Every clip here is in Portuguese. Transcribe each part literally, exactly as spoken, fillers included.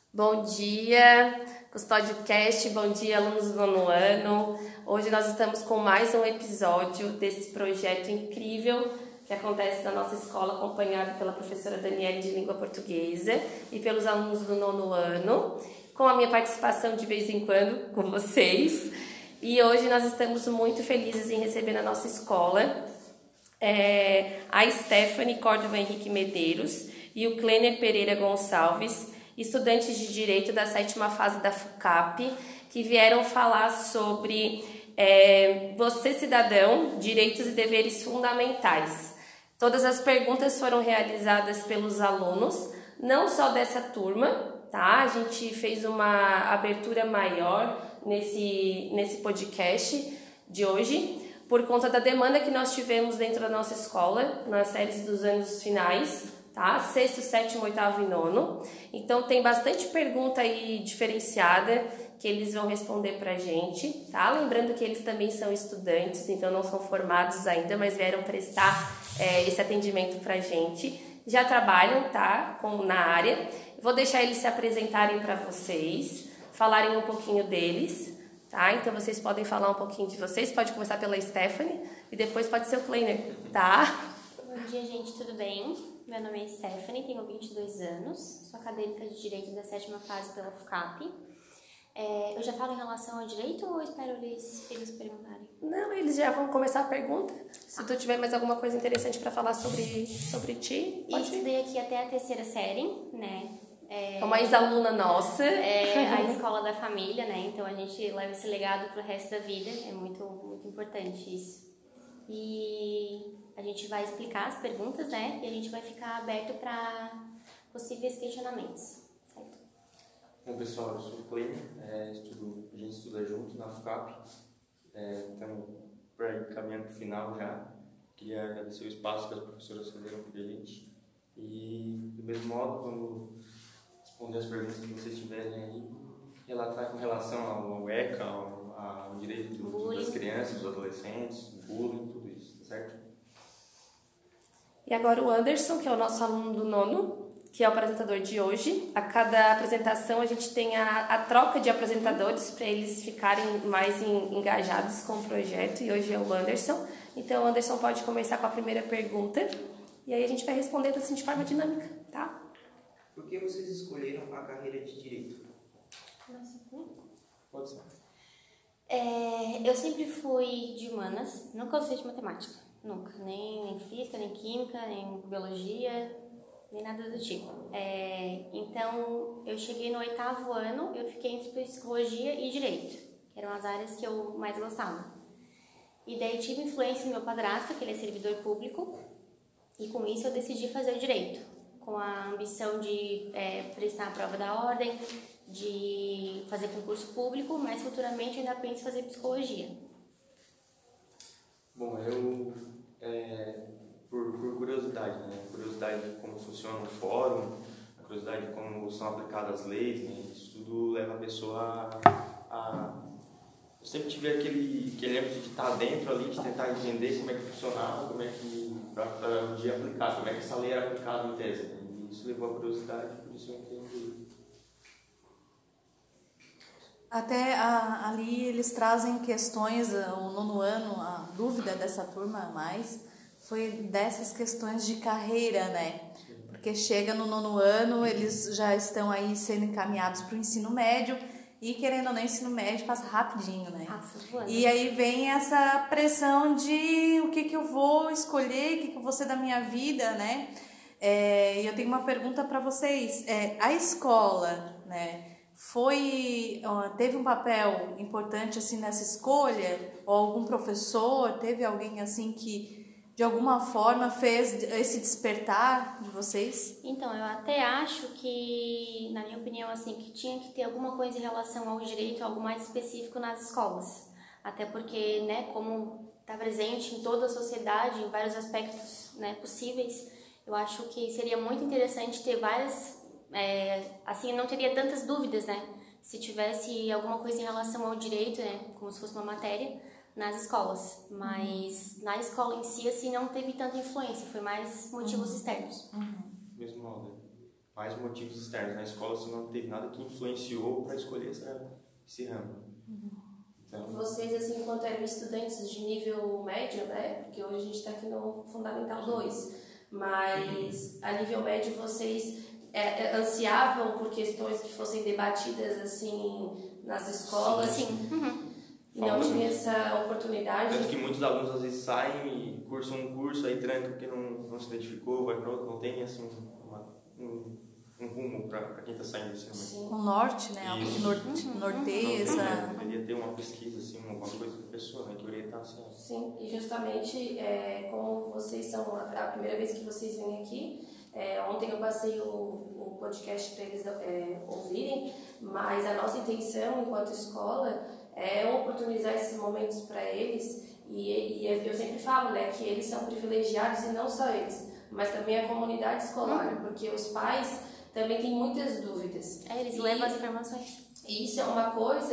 Bom dia, Custódio Cast, bom dia, alunos do nono ano. Hoje nós estamos com mais um episódio desse projeto incrível que acontece na nossa escola, acompanhado pela professora Daniele de Língua Portuguesa e pelos alunos do nono ano, com a minha participação de vez em quando com vocês. E hoje nós estamos muito felizes em receber na nossa escola é, a Stephanie Córdova Henrique Medeiros e o Kleiner Pereira Gonçalves, estudantes de Direito da sétima fase da FUCAP, que vieram falar sobre é, você, cidadão, direitos e deveres fundamentais. Todas as perguntas foram realizadas pelos alunos, não só dessa turma, tá? A gente fez uma abertura maior nesse, nesse podcast de hoje, por conta da demanda que nós tivemos dentro da nossa escola, nas séries dos anos finais, tá? Sexto, sétimo, oitavo e nono. Então tem bastante pergunta aí diferenciada que eles vão responder pra gente, tá? Lembrando que eles também são estudantes, então não são formados ainda, mas vieram prestar é, esse atendimento pra gente. Já trabalham, tá? Com, na área. Vou deixar eles se apresentarem para vocês, falarem um pouquinho deles, tá? Então vocês podem falar um pouquinho de vocês, pode começar pela Stephanie e depois pode ser o Kleiner, tá? Bom dia, gente, tudo bem? Meu nome é Stephanie, tenho vinte e dois anos, sou acadêmica de Direito da sétima fase pela FUCAP. É, eu já falo em relação ao direito ou espero eles, eles perguntarem? Não, eles já vão começar a pergunta. Se ah. tu tiver mais alguma coisa interessante para falar sobre, sobre ti, pode ir. Estudei aqui até a terceira série, né? É uma ex-aluna nossa. É a escola da família, né? Então a gente leva esse legado pro resto da vida, é muito, muito importante isso. E a gente vai explicar as perguntas, né? E a gente vai ficar aberto para possíveis questionamentos. Certo? Bom, pessoal, eu sou o Kleiner, é, estudo, a gente estuda junto na FUCAP. É, estamos caminhando para o final já. Queria agradecer o espaço que as professoras cederam para a gente. E, do mesmo modo, vamos responder as perguntas que vocês tiverem aí, relatar com relação ao E C A, ao, ao direito do, das crianças, dos adolescentes, bullying, tudo isso, tá certo? E agora o Anderson, que é o nosso aluno do nono, que é o apresentador de hoje. A cada apresentação a gente tem a, a troca de apresentadores para eles ficarem mais em, engajados com o projeto, e hoje é o Anderson. Então o Anderson pode começar com a primeira pergunta, e aí a gente vai respondendo assim de forma dinâmica, tá? Por que vocês escolheram a carreira de Direito? Pode ser. É, eu sempre fui de humanas, nunca gostei de matemática, nunca. Nem, nem física, nem química, nem biologia, nem nada do tipo. É, então, eu cheguei no oitavo ano, eu fiquei entre psicologia e direito, que eram as áreas que eu mais gostava. E daí tive influência do meu padrasto, que ele é servidor público, e com isso eu decidi fazer o direito, com a ambição de é, prestar a prova da ordem, de fazer concurso público, mas futuramente ainda penso em fazer psicologia. Bom, eu, é, por, por curiosidade, né? Curiosidade de como funciona o fórum, a curiosidade de como são aplicadas as leis, né? Isso tudo leva a pessoa a... a eu sempre tive aquele, aquele âmbito de estar dentro ali, de tentar entender como é que funcionava, como é que, para um dia aplicar, como é que essa lei era aplicada em tese, né? E isso levou a curiosidade, por isso eu entendi. Até a, ali eles trazem questões, o nono ano, a dúvida dessa turma mais foi dessas questões de carreira, né? Porque chega no nono ano, eles já estão aí sendo encaminhados para o ensino médio e, querendo ou não, o ensino médio passa rapidinho, né? Passa voando. E aí vem essa pressão de o que, que eu vou escolher, o que, que eu vou ser da minha vida, né? É, e eu tenho uma pergunta para vocês. É, a escola, né? Foi, teve um papel importante assim nessa escolha? Ou algum professor, teve alguém assim que de alguma forma fez esse despertar de vocês? Então, eu até acho que, na minha opinião, assim, que tinha que ter alguma coisa em relação ao direito, algo mais específico nas escolas. Até porque, né, como está presente em toda a sociedade, em vários aspectos, né, possíveis, eu acho que seria muito interessante ter várias... É, assim, não teria tantas dúvidas, né? Se tivesse alguma coisa em relação ao direito, né? Como se fosse uma matéria nas escolas. Mas uhum. na escola em si, assim, não teve tanta influência. Foi mais motivos uhum. externos. Uhum. Mesmo modo, mais motivos externos. Na escola você não teve nada que influenciou para escolher essa, esse ramo. Então, vocês, assim, enquanto eram estudantes de nível médio, né? Porque hoje a gente está aqui no Fundamental dois, mas a nível médio vocês é, ansiavam por questões que fossem debatidas, assim, nas escolas? Sim. Uhum. E não tinha essa oportunidade? Tanto que muitos alunos às vezes saem e cursam um curso, aí tranca porque não, não se identificou, vai para outro, não tem assim uma, um, um rumo para quem está saindo desse momento. Um norte, né? Algo que norte, norteia essa... Deveria ter uma pesquisa, assim, alguma coisa da pessoa, né? Que orientasse ela. Sim, e justamente é, como vocês são a, a primeira vez que vocês vêm aqui, é, ontem eu passei o, o podcast para eles é, ouvirem, mas a nossa intenção enquanto escola é oportunizar esses momentos para eles, e, e eu sempre falo, né, que eles são privilegiados e não só eles, mas também a comunidade escolar, uhum. porque os pais também têm muitas dúvidas. É, eles e, levam as informações. E isso é uma coisa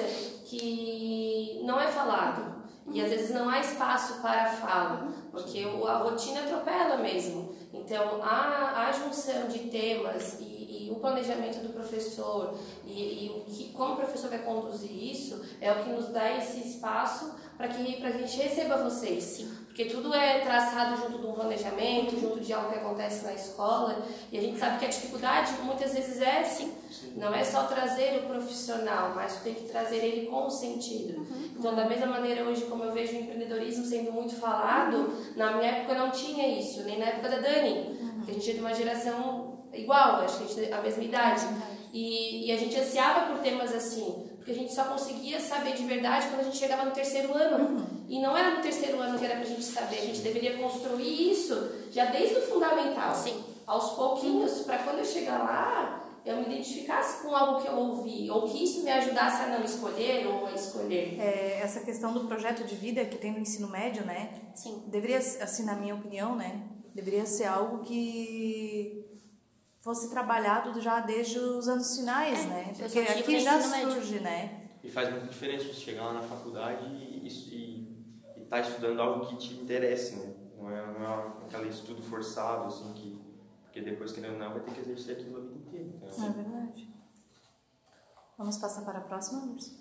que não é falado, e às vezes não há espaço para a fala, porque a rotina atropela mesmo. Então, a, a junção de temas e, e o planejamento do professor e, e o que, como o professor vai conduzir isso é o que nos dá esse espaço para que pra gente receba vocês. Sim. Porque tudo é traçado junto de um planejamento, junto de algo que acontece na escola, e a gente sabe que a dificuldade muitas vezes é assim, não é só trazer o profissional, mas tem que trazer ele com sentido. Uhum. Então, da mesma maneira hoje, como eu vejo o empreendedorismo sendo muito falado, uhum. na minha época não tinha isso, nem na época da Dani, uhum. porque a gente é de uma geração igual, acho que a gente tem a mesma idade, e, e a gente ansiava por temas assim, porque a gente só conseguia saber de verdade quando a gente chegava no terceiro ano. Uhum. E não era no terceiro ano que era pra gente saber, a gente deveria construir isso já desde o fundamental. Sim. Aos pouquinhos, para quando eu chegar lá, eu me identificasse com algo que eu ouvi, ou que isso me ajudasse a não escolher ou a escolher. É, essa questão do projeto de vida que tem no ensino médio, né? Sim. Deveria, assim, na minha opinião, né? Deveria ser algo que fosse trabalhado já desde os anos finais, é, né? Porque aqui já surge, médio. né? E faz muita diferença você chegar lá na faculdade e estar tá estudando algo que te interesse, né? Não é, não é aquele estudo forçado, assim, que... Porque depois, querendo ou não, vai ter que exercer aquilo a vida inteira. Então, é verdade. Vamos passar para a próxima, Lúcia.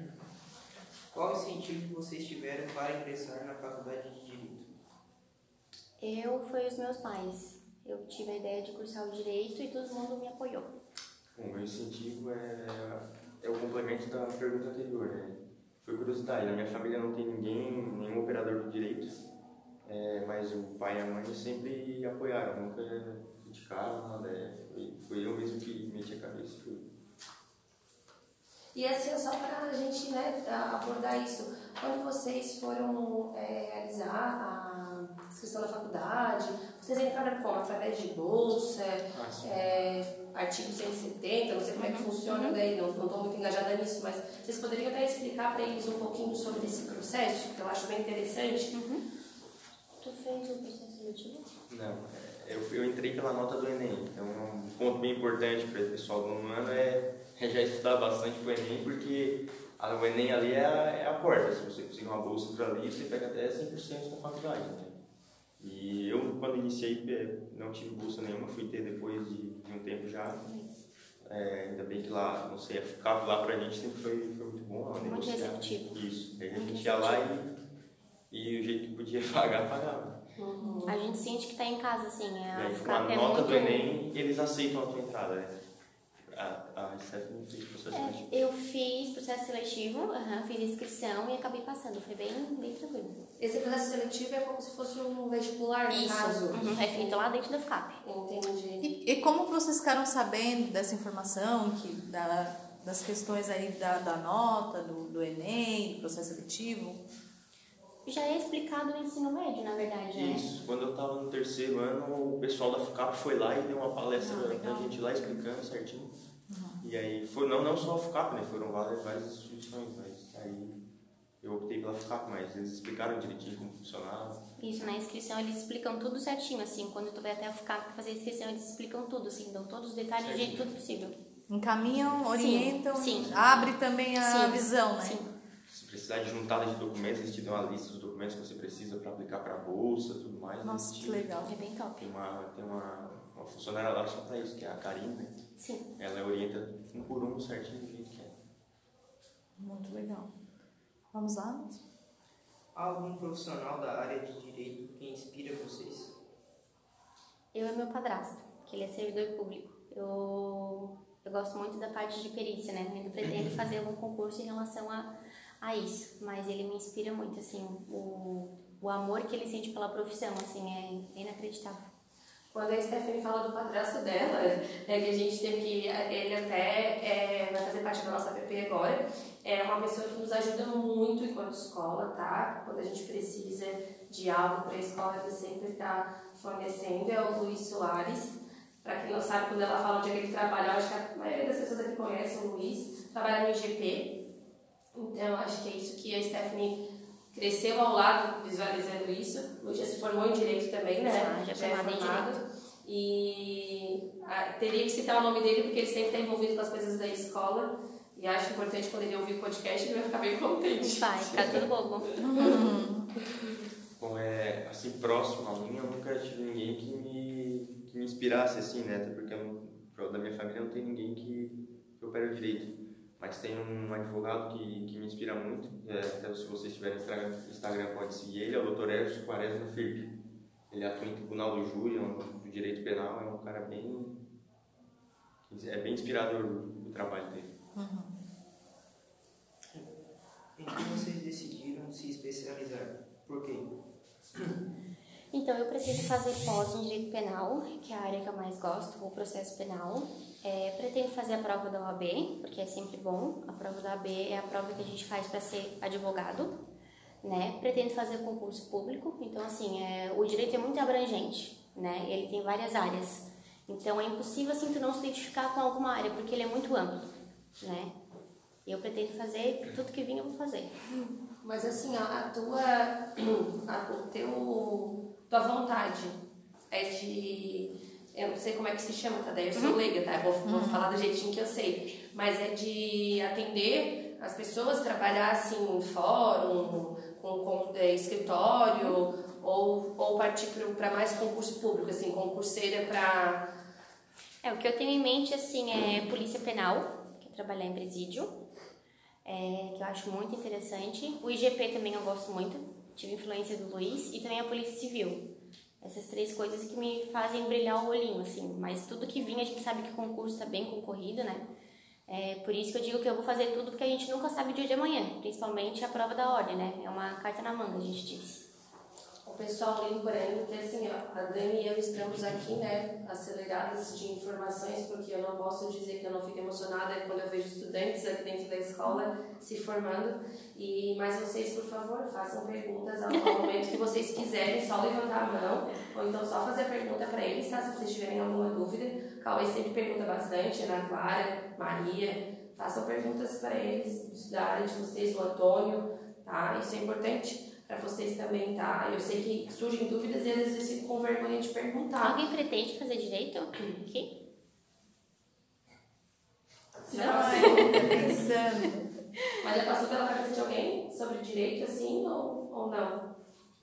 Qual o incentivo que vocês tiveram para ingressar na faculdade de Direito? Eu, foi os meus pais. Eu tive a ideia de cursar o Direito e todo mundo me apoiou. Bom, o meu incentivo é, é o complemento da pergunta anterior, né? Foi curiosidade. Na minha família não tem ninguém, nenhum operador do Direito, é, mas o pai e a mãe sempre apoiaram, nunca criticaram nada. É, foi, foi eu mesmo que meti a cabeça. Foi. E assim, só para a gente, né, abordar isso, quando vocês foram é, realizar a inscrição da faculdade, vocês entraram como? Através de bolsa, ah, é, artigo cento e setenta, não sei como é que funciona daí, não estou muito engajada nisso, mas vocês poderiam até explicar para eles um pouquinho sobre esse processo, que eu acho bem interessante? Uhum. Tu fez o processo seletivo? Não, eu, eu entrei pela nota do Enem, então um ponto bem importante para o pessoal do nono ano é, é já estudar bastante para o Enem, porque a, o Enem ali é a, é a porta, se você conseguir uma bolsa por ali, você pega até cem por cento da faculdade, né? E eu, quando iniciei, não tive bolsa nenhuma, fui ter depois de, de um tempo já. É, ainda bem que lá, não sei, ficar lá pra gente sempre foi, foi muito bom. Lá, muito receptivo. Isso, aí a gente ia lá e, e o jeito que podia pagar, pagava. Uhum. A gente sente que tá em casa, assim, é, a é, ficar com a nota muito... do Enem, eles aceitam a tua entrada, né? A, a Stephanie fez processo é, seletivo. Eu fiz processo seletivo, uhum, fiz inscrição e acabei passando, foi bem, bem tranquilo. Esse processo seletivo é como se fosse um vestibular, no Isso. caso? Uhum, é feito lá dentro da F C A P. Entendi. E, e como vocês ficaram sabendo dessa informação, que, da, das questões aí da, da nota, do, do Enem, do processo seletivo? Já é explicado no ensino médio, na verdade, né? Isso, quando eu estava no terceiro ano, o pessoal da F C A P foi lá e deu uma palestra ah, pra gente lá explicando certinho. Uhum. E aí, foi, não, não só a F C A P, né? Foram várias, várias instituições, mas aí eu optei pela F C A P, mas eles explicaram direitinho como funcionava. Isso, na inscrição eles explicam tudo certinho, assim, quando tu vai até a F C A P fazer a inscrição, eles explicam tudo, assim, dão todos os detalhes do jeito tudo possível. Encaminham, orientam, sim, sim. Abre também a sim, visão, né? Sim. Se precisar de juntada de documentos, eles te dão a lista dos documentos que você precisa para aplicar para a bolsa e tudo mais. Nossa, que legal. É bem top. Tem uma, tem uma, uma funcionária lá só para isso, que é a Karine, né? Sim. Ela orienta um por um certinho do jeito que é. Muito legal. Vamos lá? Há algum profissional da área de direito que inspira vocês? Eu e meu padrasto, que ele é servidor público. Eu, eu gosto muito da parte de perícia, né? Eu ainda pretendo fazer algum concurso em relação a, a isso. Mas ele me inspira muito, assim, o, o amor que ele sente pela profissão, assim, é inacreditável. Quando a Stephanie fala do padrasto dela, é que a gente teve que, ele até é, vai fazer parte da nossa P P agora, é uma pessoa que nos ajuda muito enquanto escola, tá? Quando a gente precisa de algo para a escola, ele sempre está fornecendo, é o Luiz Soares. Para quem não sabe, quando ela fala onde é que ele trabalha, eu acho que a maioria das pessoas aqui conhecem o Luiz, trabalha no I G P, então acho que é isso que a Stephanie cresceu ao lado visualizando isso. Luiz já se formou em Direito também, né? Já, já, já é formado em Direito. E ah, teria que citar o nome dele porque ele sempre está envolvido com as coisas da escola. E acho importante quando ele ouvir o podcast, ele vai ficar bem contente. Vai, ficar tudo bobo. Bom, é, assim, próximo a mim, eu nunca tive ninguém que me, que me inspirasse, assim, né? Até porque eu não, da minha família não tem ninguém que, que opera o direito. Mas tem um advogado que, que me inspira muito, é, até se vocês tiverem no Instagram pode seguir ele, é o doutor Ernesto Quaresma Firpe. Ele atua em tribunal do júri, do direito penal, é um cara bem... é bem inspirador o, o trabalho dele. Uhum. Em que vocês decidiram se especializar? Por quê? Então, eu pretendo fazer pós em Direito Penal, que é a área que eu mais gosto, o processo penal. É, pretendo fazer a prova da O A B, porque é sempre bom. A prova da O A B é a prova que a gente faz para ser advogado, né? Pretendo fazer concurso público. Então, assim, é, o direito é muito abrangente, né? Ele tem várias áreas. Então, é impossível, assim, tu não se identificar com alguma área, porque ele é muito amplo, né? E eu pretendo fazer tudo que vir, eu vou fazer. Mas assim, a tua, a, o teu, tua vontade é de, eu não sei como é que se chama, tá? Daí eu sou Uhum. leiga, tá? Eu vou, vou falar do jeitinho que eu sei. Mas é de atender as pessoas, trabalhar assim em fórum, com, com é, escritório, ou, ou partir para mais concurso público, assim, concurseira para... É, o que eu tenho em mente, assim, é polícia penal, que é trabalhar em presídio. É, que eu acho muito interessante. O I G P também eu gosto muito, tive influência do Luiz, e também a Polícia Civil. Essas três coisas que me fazem brilhar o olhinho, assim. Mas tudo que vinha, a gente sabe que o concurso está bem concorrido, né? É por isso que eu digo que eu vou fazer tudo, porque a gente nunca sabe o dia de amanhã, principalmente a prova da ordem, né? É uma carta na manga, a gente diz. O pessoal lindo, porém, que assim, ó, a Dani e eu estamos aqui, né, aceleradas de informações, porque eu não posso dizer que eu não fico emocionada quando eu vejo estudantes aqui dentro da escola se formando. E, mas vocês, por favor, façam perguntas ao momento que vocês quiserem, só levantar a mão, ou então só fazer a pergunta para eles, tá? Se vocês tiverem alguma dúvida. Cauê sempre pergunta bastante, Ana Clara, Maria, façam perguntas para eles, da área de vocês, o Antônio, tá? Isso é importante para vocês também, tá? Eu sei que surgem dúvidas e às vezes vocês ficam com vergonha de perguntar. Alguém pretende fazer direito aqui? Já Não, passou, é, pensando. mas já passou pela cabeça de alguém sobre direito, assim, ou, ou não?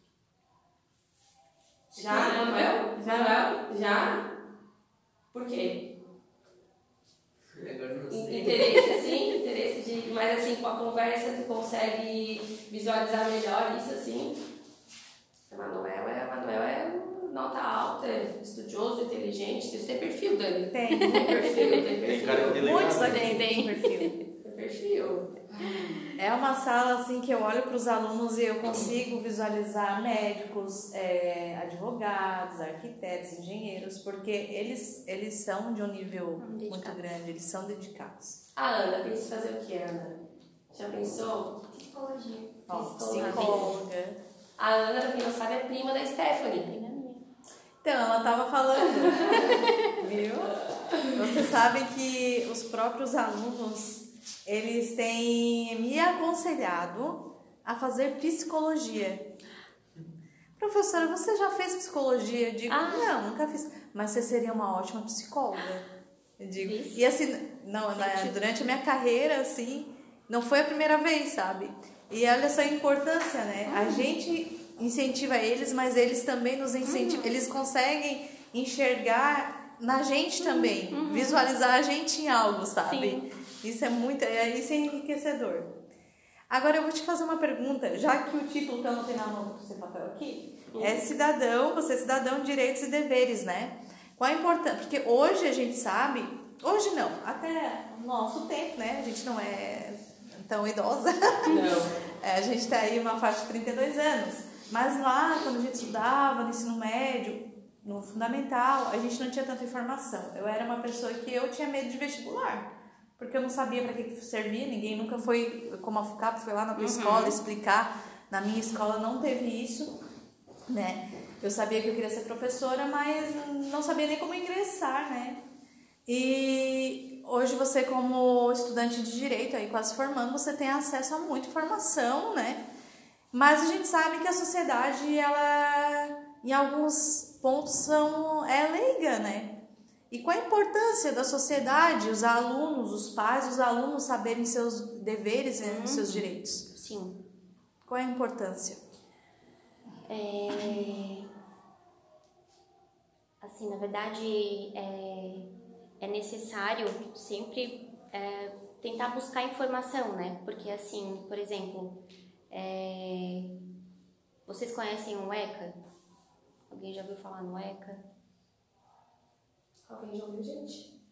Já, Manuel? Já. Manuel? Já? Por quê? Agora não sei. Interesse, assim, interesse de... Mas, assim, com a conversa, tu consegue visualizar melhor isso, assim? A Manuel é, a Manuel é nota alta, é estudioso, inteligente. Tem perfil, Dani. Tem. Tem perfil, tem perfil. Tem cara de delegado. Muitos aqui têm perfil. Tem perfil. É uma sala assim que eu olho para os alunos e eu consigo visualizar médicos, é, advogados, arquitetos, engenheiros, porque eles, eles são de um nível muito Dedicados. grande, eles são dedicados. A Ana, pensa em fazer o que, Ana? Já pensou? Psicologia. Ó, Psicologia. psicóloga. A Ana, pra quem não sabe, é prima da Stephanie. Prima minha. Então, ela estava falando, viu? Vocês sabem que os próprios alunos, eles têm me aconselhado a fazer psicologia. Professora, você já fez psicologia? Eu digo, Ah. não, nunca fiz. Mas você seria uma ótima psicóloga. Eu digo, Fiz. e assim, não, na- durante a minha carreira, assim, não foi a primeira vez, sabe? E olha só a importância, né? A gente incentiva eles, mas eles também nos incentivam. Eles conseguem enxergar na gente também, uhum. visualizar a gente em algo, sabe? Sim. Isso é muito, é, isso é enriquecedor. Agora eu vou te fazer uma pergunta, já que o título que eu não tenho na mão para você papel aqui, uhum. é cidadão, você é cidadão, direitos e deveres, né? Qual a importância? Porque hoje a gente sabe, hoje não, até o nosso tempo, né? A gente não é tão idosa. Não. É, a gente tem aí uma faixa de trinta e dois anos. Mas lá, quando a gente estudava no ensino médio, no fundamental, a gente não tinha tanta informação. Eu era uma pessoa que eu tinha medo de vestibular, porque eu não sabia para que, que servia, ninguém nunca foi, como a FUCAP, foi lá na tua uhum. escola explicar. Na minha escola não teve isso, né? Eu sabia que eu queria ser professora, mas não sabia nem como ingressar, né? E hoje você, como estudante de direito, aí quase formando, você tem acesso a muita informação, né? Mas a gente sabe que a sociedade, ela, em alguns pontos, são, é leiga, né? E qual a importância da sociedade, os alunos, os pais, os alunos saberem seus deveres e uhum. seus direitos? Sim. Qual é a importância? É... Assim, na verdade, é, é necessário sempre é, tentar buscar informação, né? Porque, assim, por exemplo, é... vocês conhecem o ECA? Alguém já ouviu falar no ECA? Alguém já ouviu, gente?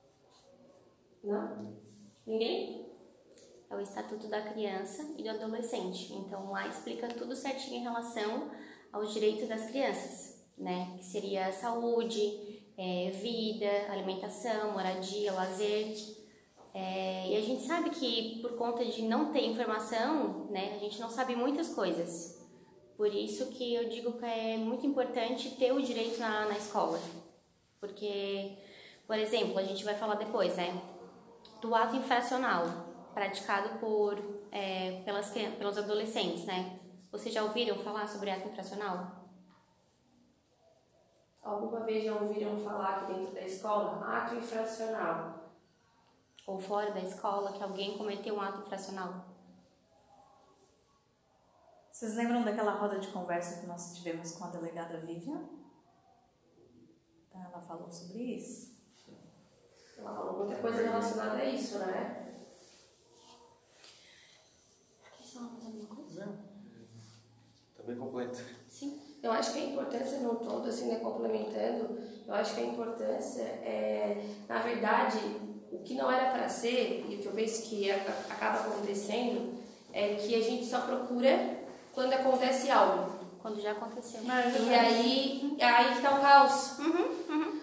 Não? Ninguém? É o Estatuto da Criança e do Adolescente. Então, lá explica tudo certinho em relação aos direitos das crianças, né? Que seria saúde, é, vida, alimentação, moradia, lazer. É, e a gente sabe que por conta de não ter informação, né, a gente não sabe muitas coisas. Por isso que eu digo que é muito importante ter o direito na, na escola. Porque, por exemplo, a gente vai falar depois, né, do ato infracional praticado por, é, pelas, pelos adolescentes, né? Vocês já ouviram falar sobre ato infracional? Alguma vez já ouviram falar aqui dentro da escola? Ato infracional. Ou fora da escola, que alguém cometeu um ato infracional? Vocês lembram daquela roda de conversa que nós tivemos com a delegada Vivian? Ela falou sobre isso. Ela falou muita coisa relacionada a isso, né? Quer falar mais alguma coisa? Não. Tá bem completo. Sim. Eu acho que a importância no todo, assim, né, complementando, eu acho que a importância é, na verdade, o que não era para ser, e o que eu penso que acaba acontecendo, é que a gente só procura quando acontece algo. Quando já aconteceu. E aí, aí que tá o caos. Uhum, uhum.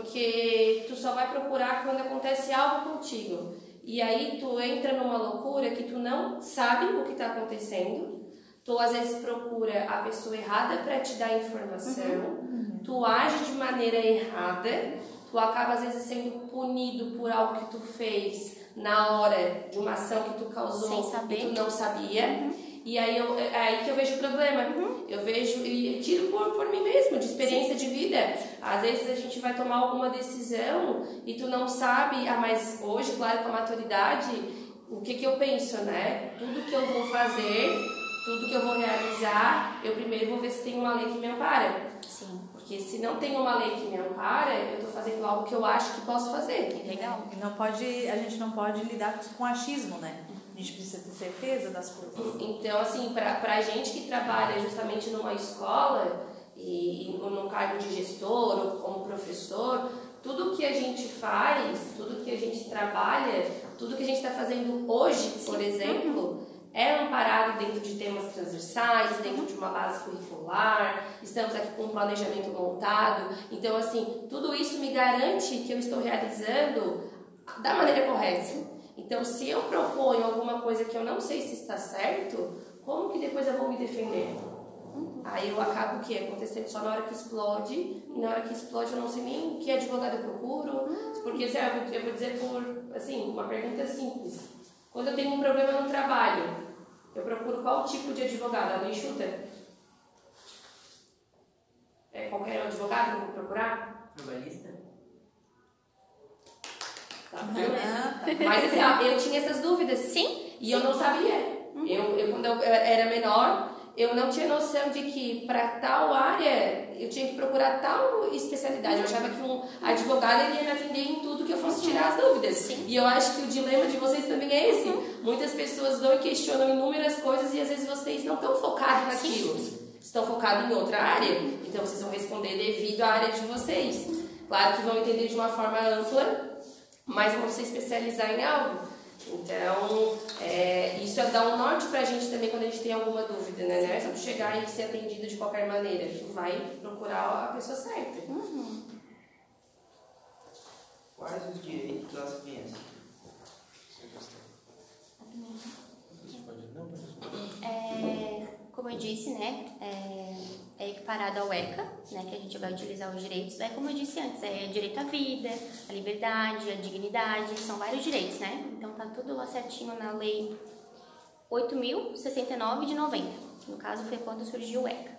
Porque tu só vai procurar quando acontece algo contigo. E aí tu entra numa loucura que tu não sabe o que está acontecendo. Tu às vezes procura a pessoa errada para te dar informação. Uhum. Tu age de maneira errada. Tu acaba às vezes sendo punido por algo que tu fez na hora de uma ação que tu causou sem saber. E tu não sabia. Uhum. E aí, eu, é aí que eu vejo o problema. Uhum. Eu vejo e tiro por, por mim mesmo, de experiência Sim. de vida. Às vezes a gente vai tomar alguma decisão e tu não sabe, ah, mas hoje, claro, com a maturidade, o que que eu penso, né? Tudo que eu vou fazer, tudo que eu vou realizar, eu primeiro vou ver se tem uma lei que me ampara. Sim. Porque se não tem uma lei que me ampara, eu estou fazendo algo que eu acho que posso fazer. Legal. E não pode, a gente não pode lidar com achismo, né? A gente precisa ter certeza das coisas. Então, assim, pra, pra gente que trabalha justamente numa escola, e, e num cargo de gestor ou como professor, tudo que a gente faz, tudo que a gente trabalha, tudo que a gente está fazendo hoje, por exemplo, é amparado dentro de temas transversais, dentro de uma base curricular, estamos aqui com um planejamento montado. Então, assim, tudo isso me garante que eu estou realizando da maneira correta. Então, se eu proponho alguma coisa que eu não sei se está certo, como que depois eu vou me defender? Aí eu acabo o quê? Acontecendo só na hora que explode, e na hora que explode eu não sei nem que advogado eu procuro, porque assim, eu vou dizer por, assim, uma pergunta simples. Quando eu tenho um problema no trabalho, eu procuro qual tipo de advogado? Alguém chuta? É qualquer advogado que eu vou procurar? Trabalhista? Tá, beleza. Mas assim, eu tinha essas dúvidas. Sim. E eu não sabia. Uhum. Eu, eu, quando eu era menor, eu não tinha noção de que para tal área eu tinha que procurar tal especialidade. Eu achava que um advogado ele ia me atender em tudo que eu fosse tirar as dúvidas. Sim. E eu acho que o dilema de vocês também é esse. Uhum. Muitas pessoas vão e questionam inúmeras coisas e às vezes vocês não estão focados naquilo. Sim. Estão focados em outra área, então vocês vão responder devido à área de vocês. Claro que vão entender de uma forma ampla, mas vão se especializar em algo. Então, é, isso é dar um norte pra gente também quando a gente tem alguma dúvida, né? Não é só chegar e ser atendido de qualquer maneira. Vai procurar a pessoa certa. Uhum. Quais os direitos das crianças? É, como eu disse, né, é, é equiparado ao ECA, né, que a gente vai utilizar os direitos. É como eu disse antes, é direito à vida, à liberdade, à dignidade, são vários direitos, né? Então tá tudo lá certinho na lei oito mil e sessenta e nove de noventa. No caso foi quando surgiu o ECA.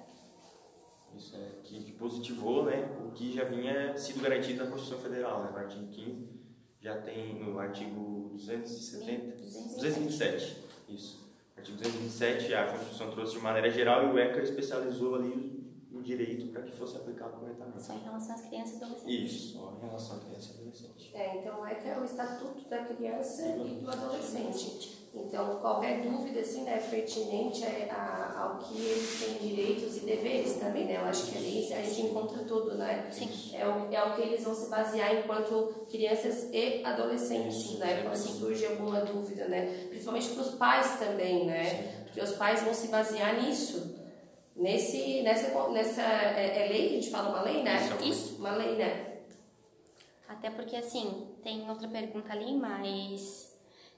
Isso é que, que positivou, né, o que já vinha sido garantido na Constituição Federal, né, no artigo quinze, já tem no artigo duzentos e setenta, duzentos e vinte e sete, isso. Artigo duzentos e vinte e sete, a Constituição trouxe de maneira geral e o ECA especializou ali o, o direito para que fosse aplicado corretamente. Só em relação às crianças e adolescentes. Isso, só em relação à criança e adolescente. É, então o ECA é o Estatuto da Criança e do Adolescente. Então, qualquer dúvida assim, né, pertinente a, ao que eles têm direitos e deveres também, né? Eu acho que ali a gente encontra tudo, né? Sim. É o, é o que eles vão se basear enquanto crianças e adolescentes, né? Quando surge alguma dúvida, né? Principalmente para os pais também, né? Porque os pais vão se basear nisso. Nesse, nessa, nessa é, é lei, a gente fala uma lei, né? Isso. Uma lei, né? Até porque, assim, tem outra pergunta ali, mas...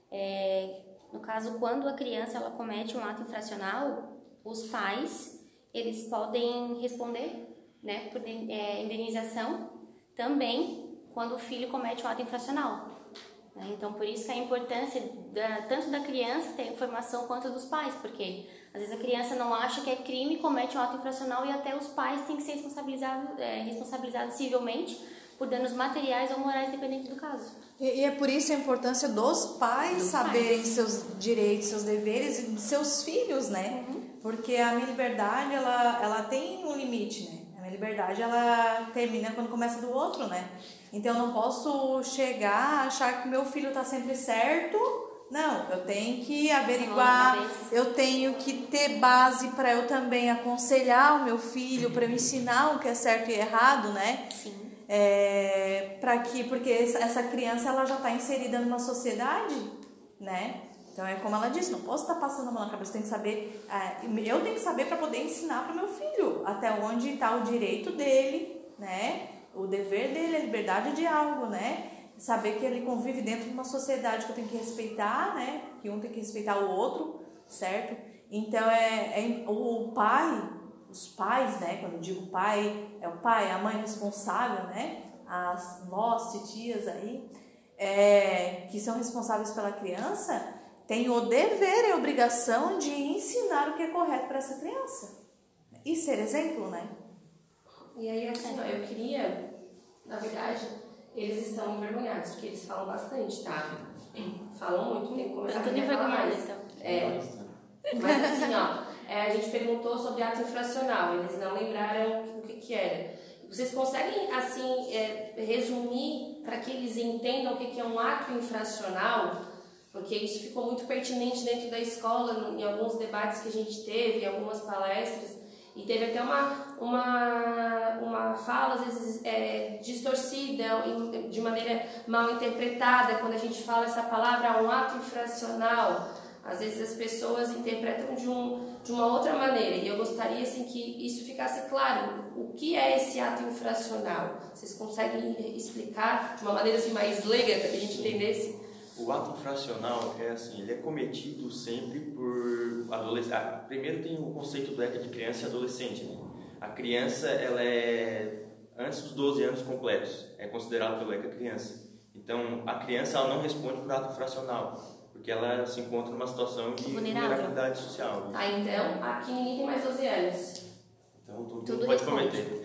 É, no caso, quando a criança ela comete um ato infracional, os pais, eles podem responder, né, por é, indenização também quando o filho comete um ato infracional. Né? Então, por isso que a importância da, tanto da criança ter informação quanto dos pais, porque às vezes a criança não acha que é crime, comete um ato infracional e até os pais têm que ser responsabilizados, é, responsabilizados civilmente por danos materiais ou morais, dependendo do caso. E, e é por isso a importância dos pais dos saberem pais. Seus direitos, seus deveres e de seus filhos, né? Uhum. Porque a minha liberdade, ela, ela tem um limite, né? A minha liberdade, ela termina quando começa do outro, né? Então, eu não posso chegar, achar que meu filho tá sempre certo. Não, eu tenho que averiguar, eu tenho que ter base para eu também aconselhar o meu filho, para eu ensinar o que é certo e errado, né? Sim. É, para que, porque essa criança ela já está inserida numa sociedade, né? Então é como ela disse, não posso estar passando a mão na cabeça, tem que saber, eu tenho que saber para poder ensinar para meu filho até onde está o direito dele, né? O dever dele, a liberdade de algo, né? Saber que ele convive dentro de uma sociedade que eu tenho que respeitar, né? Que um tem que respeitar o outro, certo? Então é, é o pai, os pais, né? Quando eu digo pai, é o pai, a mãe responsável, né? As vós, titias aí, é, que são responsáveis pela criança, têm o dever e a obrigação de ensinar o que é correto para essa criança e ser exemplo, né? E aí, assim, ó, eu queria, na verdade, eles estão envergonhados, porque eles falam bastante, tá? Falam muito, tem que começar a falar mais. Então. É, mas assim, ó, é, a gente perguntou sobre ato infracional, eles não lembraram o que que era. Vocês conseguem, assim, é, resumir para que eles entendam o que que é um ato infracional? Porque isso ficou muito pertinente dentro da escola, em alguns debates que a gente teve, em algumas palestras, e teve até uma, uma, uma fala, às vezes, é, distorcida, de maneira mal interpretada, quando a gente fala essa palavra, um ato infracional. Às vezes as pessoas interpretam de, um, de uma outra maneira, e eu gostaria assim, que isso ficasse claro. O que é esse ato infracional? Vocês conseguem explicar de uma maneira assim, mais leiga, para que a gente entendesse? O ato infracional é assim, ele é cometido sempre por adolescente. Primeiro tem o conceito do ECA de criança e adolescente, né? A criança, ela é antes dos doze anos completos, é considerada pelo ECA criança. Então, a criança ela não responde por ato infracional, porque ela se encontra numa situação de vulnerabilidade social. Ah, então, aqui ninguém tem mais doze anos. Então, tudo, tudo pode cometer.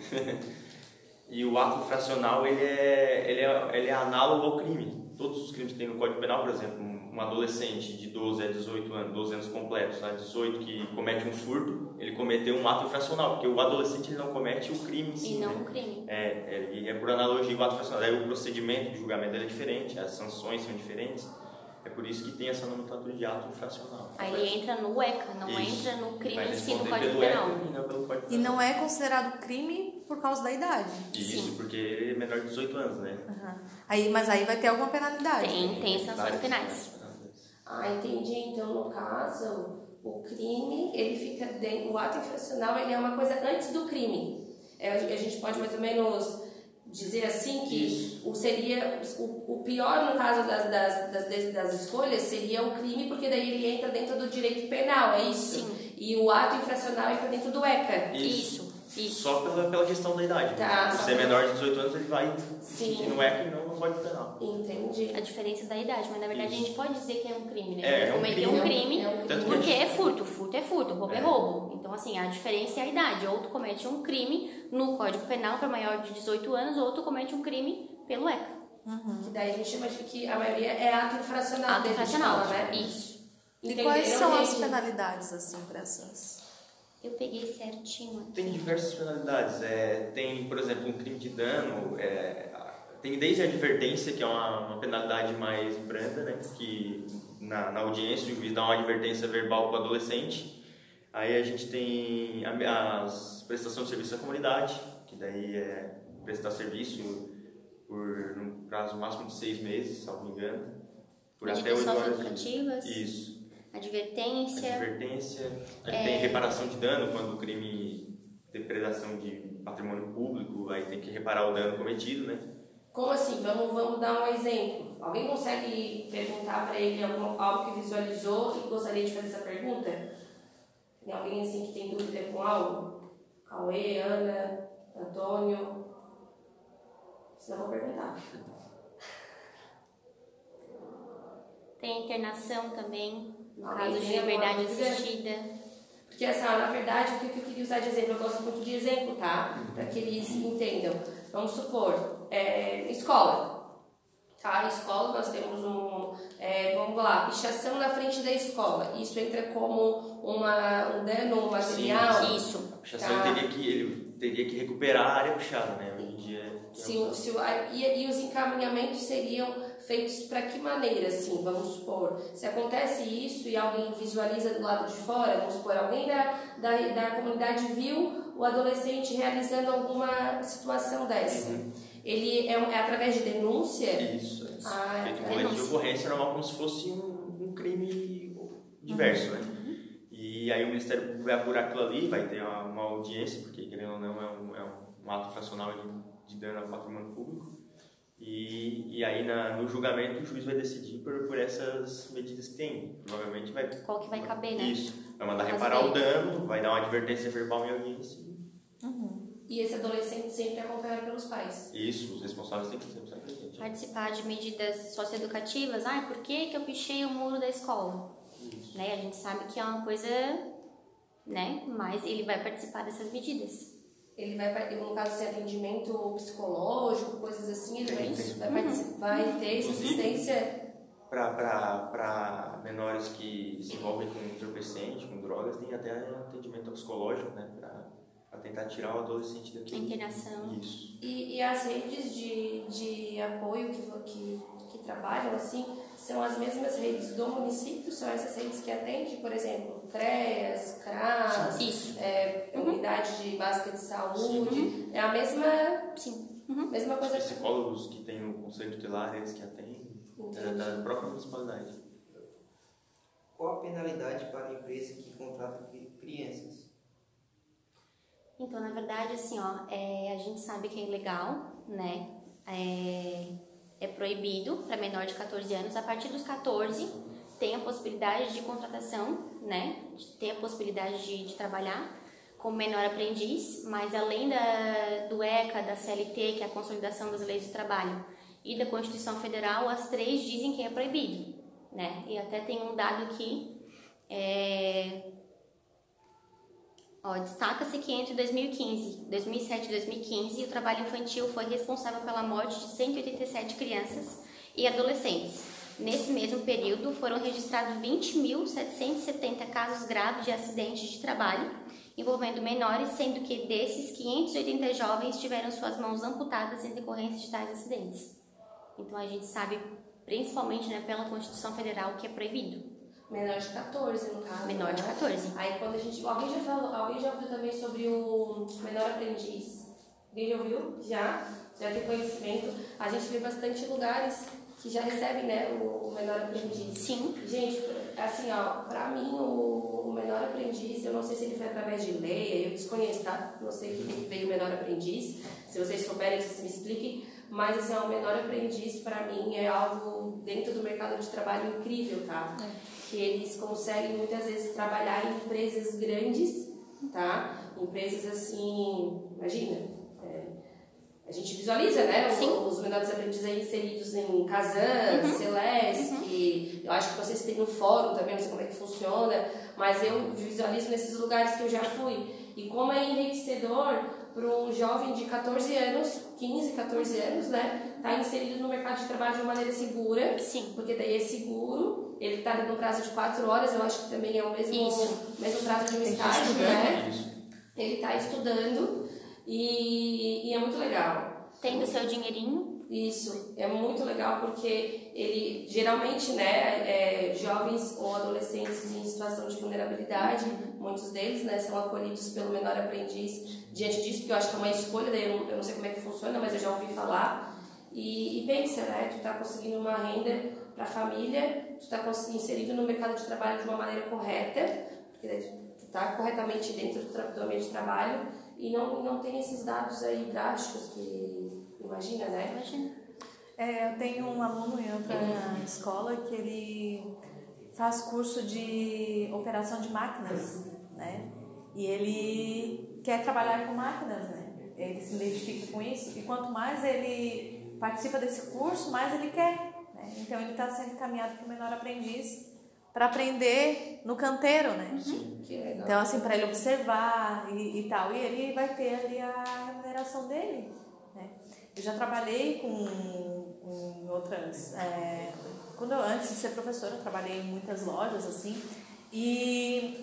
E o ato infracional, ele é, ele, é, ele é análogo ao crime. Todos os crimes que tem no Código Penal, por exemplo, um um adolescente de doze a dezoito anos, doze anos completos, né, dezoito, que comete um furto, ele cometeu um ato infracional, porque o adolescente ele não comete o crime em si. E não né? um crime. É, é, e é por analogia o ato infracional. Aí o procedimento de julgamento é diferente, as sanções são diferentes. É por isso que tem essa nomenclatura de ato infracional. Aí ele entra no ECA, não Isso. entra no crime Vai em si, no responder Código pelo Penal. E C A e não pelo Código E Penal. não é considerado crime por causa da idade. Isso, Sim. porque ele é menor de dezoito anos, né? Uhum. Aí, mas aí vai ter alguma penalidade. Tem, tem sanções Várias- penais. várias- Ah, entendi. Então, no caso, o crime, ele fica dentro, o ato infracional, ele é uma coisa antes do crime. É, a gente pode mais ou menos dizer assim que Isso. o seria o, o pior no caso das, das, das, das escolhas seria o crime, porque daí ele entra dentro do direito penal, é isso? Sim. E o ato infracional entra dentro do ECA. Isso, isso. Só pela, pela questão da idade. Tá, Por só ser pela- menor de dezoito anos, ele vai Sim. e não é que não no Código Penal. Entendi. A diferença da idade, mas na verdade Isso. a gente pode dizer que é um crime, né? É, é um Cometer crime. um crime, É um crime. Tanto que porque a gente- é furto. Furto é furto, roubo é, É. roubo. Então, assim, a diferença é a idade. Ou tu comete um crime no Código Penal para maior de dezoito anos, ou tu comete um crime pelo ECA. Que daí a gente chama de que a maioria é ato infracional. Ato dele, a gente infracional, fala, né? isso. E Entenderam, quais são as gente? penalidades, assim, para essas? Eu peguei certinho aqui. Tem diversas penalidades. É, tem, por exemplo, um crime de dano. É, tem desde a advertência, que é uma, uma penalidade mais branda, né? Que na, na audiência o juiz dá uma advertência verbal para o adolescente. Aí a gente tem a, as prestação de serviço à comunidade, que daí é prestar serviço por um prazo máximo de seis meses, salvo me engano, por até Medidas oito horas. socioeducativas. Isso. Advertência. Advertência. Aí tem reparação de dano, quando o crime de depredação de patrimônio público, aí tem que reparar o dano cometido, né? Como assim? Vamos, vamos dar um exemplo. Alguém consegue perguntar para ele algum, algo que visualizou e gostaria de fazer essa pergunta? Tem alguém assim que tem dúvida com algo? Cauê, Ana, Antônio? Senão eu vou perguntar. Tem internação também, no Alguém caso de tem alguma liberdade dúvida? assistida. Porque, assim, ó, na verdade, o que eu queria usar de exemplo? Eu gosto muito de exemplo, tá? Para que eles entendam. Vamos supor, é, escola. Tá? Escola, nós temos um, é, vamos lá, pichação na frente da escola. Isso entra como uma, um dano material? Sim, Isso. A pichação Tá. ele teria que, ele teria que recuperar a área pichada, né? Hoje em dia... Se, o- se, o- a- e, e os encaminhamentos seriam feitos para que maneira, assim, vamos supor, se acontece isso e alguém visualiza do lado de fora, vamos supor, alguém da, da, da comunidade viu o adolescente realizando alguma situação dessa. Uhum. Ele é, um- é através de denúncia? Isso, é isso. Ah, Feito um é. boletim de ocorrência normal, como se fosse um, um crime diverso, né? E aí o Ministério vai apurar aquilo ali, vai ter uma, uma audiência, porque querendo ou não é um, é um, um ato infracional de, de dano ao patrimônio público. E, e aí na, no julgamento o juiz vai decidir por, por essas medidas que tem. Provavelmente vai... Qual que vai caber, né? Isso. Vai mandar Caso reparar o dele. dano, vai dar uma advertência verbal em audiência. E esse adolescente sempre acompanhado pelos pais. Isso, os responsáveis têm que sempre estar presentes. Participar de medidas socioeducativas. Ah, por que, que eu pichei o muro da escola? Isso. Né? A gente sabe que é uma coisa, né? Mas ele vai participar dessas medidas. Ele vai, no caso, ser atendimento psicológico, coisas assim, ele vai, Tem, tem. vai, participar, vai ter essa Inclusive, assistência. Para menores que se envolvem com entorpecente, com drogas, tem até atendimento psicológico, né? Para tentar tirar o adolescente daquele... Internação. Isso. E, e as redes de, de apoio que, que, que trabalham, assim, são as mesmas redes do município? São essas redes que atendem, por exemplo, CREAS, CRAS, Isso. é, unidade de básica de saúde, é a mesma, Sim. mesma Os coisa. psicólogos que tem no conselho tutelar, eles que atendem, é da própria municipalidade. Qual a penalidade para a empresa que contrata cri- crianças? Então, na verdade, assim, ó, é, a gente sabe que é ilegal, né? É, é proibido para menor de catorze anos. A partir dos catorze, tem a possibilidade de contratação, né? De ter a possibilidade de, de trabalhar como menor aprendiz, mas além da, do ECA, da C L T, que é a Consolidação das Leis do Trabalho, e da Constituição Federal, as três dizem que é proibido, né? E até tem um dado aqui, é, ó, destaca-se que entre dois mil e quinze, dois mil e sete e dois mil e quinze, o trabalho infantil foi responsável pela morte de cento e oitenta e sete crianças e adolescentes, Nesse mesmo período, foram registrados vinte mil setecentos e setenta casos graves de acidentes de trabalho envolvendo menores, sendo que desses, quinhentos e oitenta jovens tiveram suas mãos amputadas em decorrência de tais acidentes. Então a gente sabe, principalmente, né, pela Constituição Federal, que é proibido. Menor de catorze, no caso. Menor né? de catorze. Aí quando a gente. Alguém já falou, alguém já ouviu também sobre o menor aprendiz? Alguém já ouviu? Já? Já tem conhecimento? A gente vê bastante lugares que já recebem, né, o menor aprendiz. Sim. Gente, assim, ó, pra mim o, o menor aprendiz, eu não sei se ele foi através de lei, eu desconheço, tá? Não sei que veio o menor aprendiz. Se vocês souberem, vocês me expliquem. Mas, assim, ó, o menor aprendiz, pra mim, é algo dentro do mercado de trabalho incrível, tá? É. Que eles conseguem, muitas vezes, trabalhar em empresas grandes, tá? Empresas, assim, imagina... A gente visualiza, né, os, os menores aprendizes aí inseridos em Kazan, uhum. Celeste, uhum. Eu acho que vocês têm um fórum também, não sei como é que funciona, mas eu visualizo nesses lugares que eu já fui. E como é enriquecedor para um jovem de catorze anos, quinze, catorze anos, né, estar tá inserido no mercado de trabalho de uma maneira segura. Sim. Porque daí é seguro, ele está no prazo de quatro horas, eu acho que também é o mesmo, mesmo prazo de um estágio, né? Isso. Ele está estudando. E, e é muito legal. Tendo seu dinheirinho. Isso, é muito legal porque ele, geralmente, né, é, jovens ou adolescentes em situação de vulnerabilidade, muitos deles, né, são acolhidos pelo menor aprendiz diante disso, porque eu acho que é uma escolha, daí eu não, eu não sei como é que funciona, mas eu já ouvi falar. E, e pensa, né, tu tá conseguindo uma renda para a família, tu tá inserido no mercado de trabalho de uma maneira correta, porque daí tu tá corretamente dentro do, do ambiente de trabalho. E não, não tem esses dados aí drásticos que... Imagina, né? Imagina. É, eu tenho um aluno em outra escola que ele faz curso de operação de máquinas, né? E ele quer trabalhar com máquinas, né? Ele se identifica com isso. E quanto mais ele participa desse curso, mais ele quer, né? Então ele está sendo encaminhado para o menor aprendiz para aprender no canteiro, né? Sim, que legal. Então, assim, para ele observar e, e tal. E ele vai ter ali a remuneração dele, né? Eu já trabalhei com, com outras... É, quando eu, antes de ser professora, eu trabalhei em muitas lojas, assim. E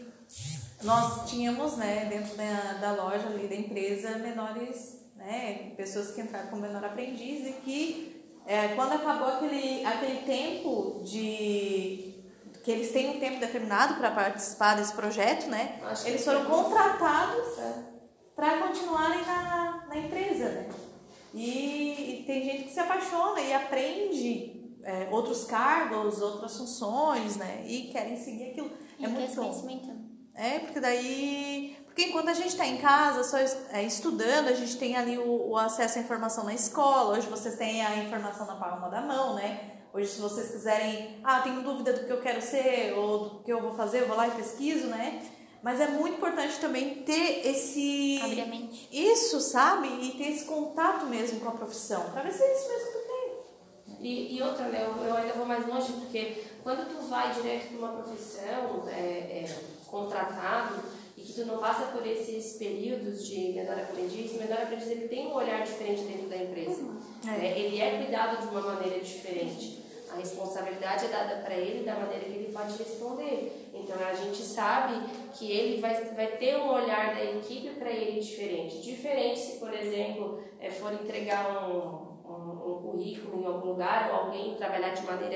nós tínhamos, né, dentro da, da loja ali, da empresa, menores, né? Pessoas que entraram como menor aprendiz e que, é, quando acabou aquele, aquele tempo de... que eles têm um tempo determinado para participar desse projeto, né? Eles foram contratados é. para continuarem na, na empresa, né? E, e tem gente que se apaixona e aprende é, outros cargos, outras funções, né? E querem seguir aquilo. É e muito bom. É, porque daí... Porque enquanto a gente está em casa, só é, estudando, a gente tem ali o, o acesso à informação na escola. Hoje vocês têm a informação na palma da mão, né? Hoje, se vocês quiserem, ah, tenho dúvida do que eu quero ser ou do que eu vou fazer, eu vou lá e pesquiso, né? Mas é muito importante também ter esse... Abrir a mente. Isso, sabe? E ter esse contato mesmo com a profissão, para ver se é isso mesmo que tu tem. E, e outra, né, eu, eu ainda vou mais longe, porque quando tu vai direto para uma profissão, é, é, contratado, e que tu não passa por esses períodos de menor aprendiz, o menor aprendiz ele tem um olhar diferente dentro da empresa. Uhum. É. Né? Ele é cuidado de uma maneira diferente. A responsabilidade é dada para ele da maneira que ele pode responder. Então a gente sabe que ele vai, vai ter um olhar da equipe para ele diferente. Diferente se, por exemplo, é, for entregar um, um, um currículo em algum lugar ou alguém trabalhar de maneira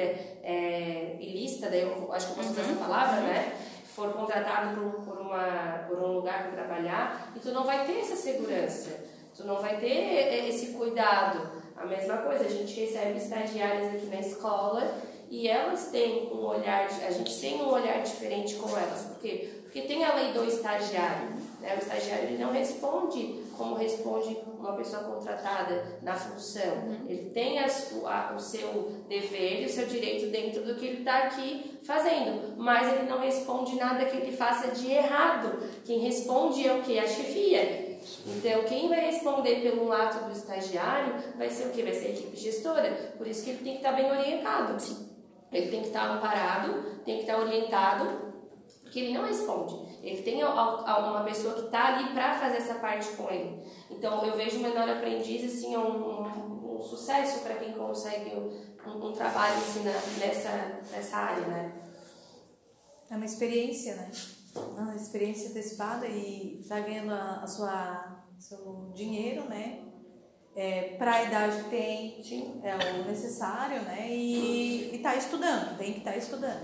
é, ilícita, daí eu acho que eu posso usar essa palavra, né? For contratado por, por, uma, por um lugar para trabalhar, e tu não vai ter essa segurança, tu não vai ter esse cuidado. A mesma coisa, a gente recebe estagiárias aqui na escola e elas têm um olhar, a gente tem um olhar diferente com elas. Por quê? Porque tem a lei do estagiário, né? O estagiário ele não responde como responde uma pessoa contratada na função. Uhum. Ele tem a, a, o seu dever e o seu direito dentro do que ele está aqui fazendo, mas ele não responde nada que ele faça de errado. Quem responde é o quê? A chefia. Então, quem vai responder pelo ato do estagiário vai ser o quê? Vai ser a equipe gestora. Por isso que ele tem que estar bem orientado. Ele tem que estar amparado, tem que estar orientado porque ele não responde. Ele tem uma pessoa que está ali para fazer essa parte com ele. Então, eu vejo o menor aprendiz assim, um, um, um sucesso para quem consegue um, um trabalho assim, na, nessa, nessa área, né? É uma experiência, né? Uma experiência antecipada e já ganhando a, a sua seu dinheiro, né? É, para a idade que tem, Sim. é o necessário, né? E está estudando, tem que estar tá estudando.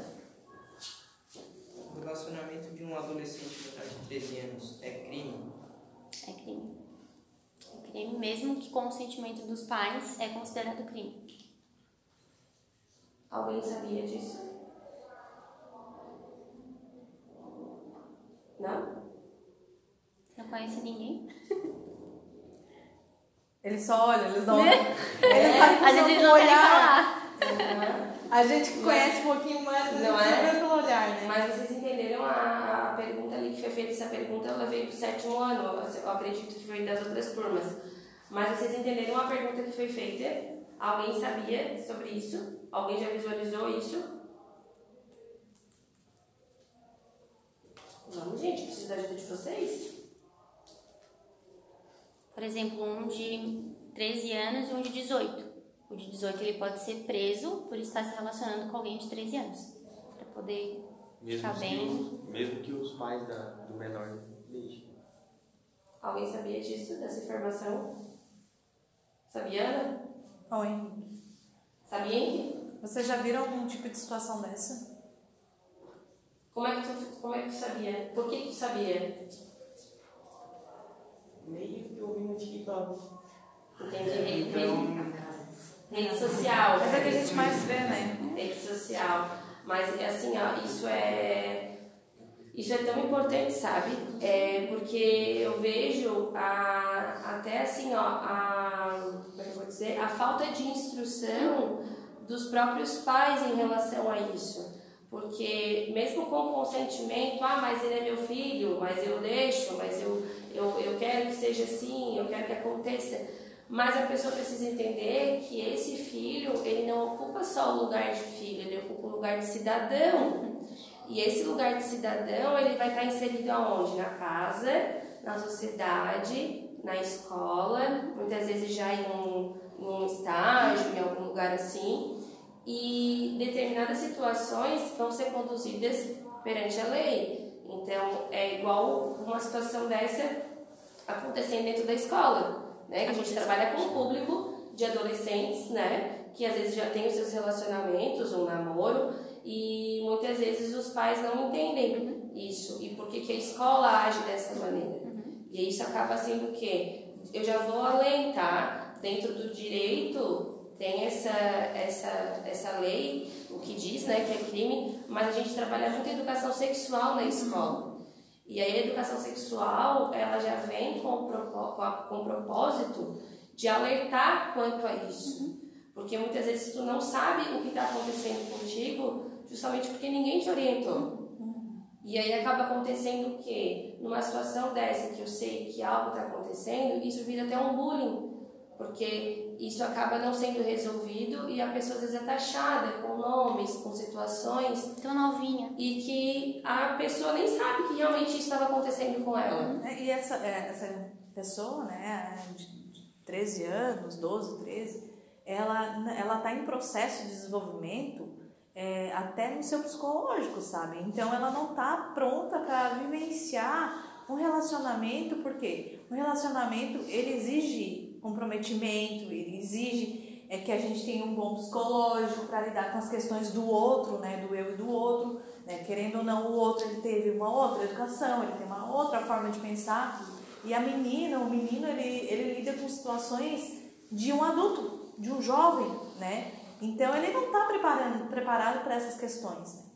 O relacionamento de um adolescente menor de treze anos é crime? É crime. É crime, mesmo que com o consentimento dos pais, é considerado crime. Alguém sabia disso? Não? Não conhece ninguém? Eles só olham, eles não. Né? Eles É, sabem às vezes eles não querem falar. A gente que conhece um pouquinho mais, a gente Não é? sabe pelo olhar, né? Mas vocês entenderam a, a pergunta ali que foi feita? Essa pergunta ela veio do sétimo ano, eu acredito que foi das outras turmas. Mas vocês entenderam a pergunta que foi feita? Alguém sabia sobre isso? Alguém já visualizou isso? Vamos, gente, preciso da ajuda de vocês. Por exemplo, um de treze anos e um de dezoito. O de dezoito ele pode ser preso por estar se relacionando com alguém de treze anos. Para poder Mesmo, ficar que bem. os, mesmo que os pais da, do menor deixem. Alguém sabia disso, dessa informação? Sabia, Ana? Oi. Sabia, Henrique? Vocês já viram algum tipo de situação dessa? Como é que tu, como é que tu sabia? Por que que tu sabia? Meio que eu vi no TikTok. Entendi. Então, Rede social. Mas é que a gente mais vê, né? Rede social. Mas, assim, ó, isso é... Isso é tão importante, sabe? É porque eu vejo a, até assim, ó, a, como é que eu vou dizer? A falta de instrução dos próprios pais em relação a isso. Porque mesmo com consentimento, ah, mas ele é meu filho, mas eu deixo, mas eu, eu, eu quero que seja assim, eu quero que aconteça. Mas a pessoa precisa entender que esse filho, ele não ocupa só o lugar de filho, ele ocupa o lugar de cidadão. E esse lugar de cidadão, ele vai estar inserido aonde? Na casa, na sociedade, na escola, muitas vezes já em um, em um estágio, em algum lugar assim. E determinadas situações vão ser conduzidas perante a lei. Então, é igual uma situação dessa acontecendo dentro da escola, né? Que a gente trabalha com um público de adolescentes, né? Que às vezes já tem os seus relacionamentos, um namoro, e muitas vezes os pais não entendem isso. E por que que a escola age dessa maneira? E isso acaba sendo o quê? Eu já vou além, tá? Dentro do direito tem essa, essa, essa lei, o que diz, né, que é crime, mas a gente trabalha muito a educação sexual na escola. E aí a educação sexual, ela já vem com o, propó- com a- com o propósito de alertar quanto a isso. Porque muitas vezes tu não sabe o que está acontecendo contigo, justamente porque ninguém te orientou. E aí acaba acontecendo o quê? Numa situação dessa, que eu sei que algo está acontecendo, isso vira até um bullying. Porque isso acaba não sendo resolvido e a pessoa às vezes é taxada com nomes, com situações, Tão novinha. e que a pessoa nem sabe que realmente isso estava acontecendo com ela. É, E essa, é, essa pessoa, né, de de treze anos, doze, treze, ela ela está em processo de desenvolvimento é, até no seu psicológico, sabe? Então ela não está pronta para vivenciar um relacionamento, porque um relacionamento ele exige comprometimento, ele exige é, que a gente tenha um bom psicológico para lidar com as questões do outro, né, do eu e do outro, né, querendo ou não, o outro ele teve uma outra educação, ele tem uma outra forma de pensar, e a menina, o menino, ele, ele lida com situações de um adulto, de um jovem, né, então ele não está preparado para essas questões, né?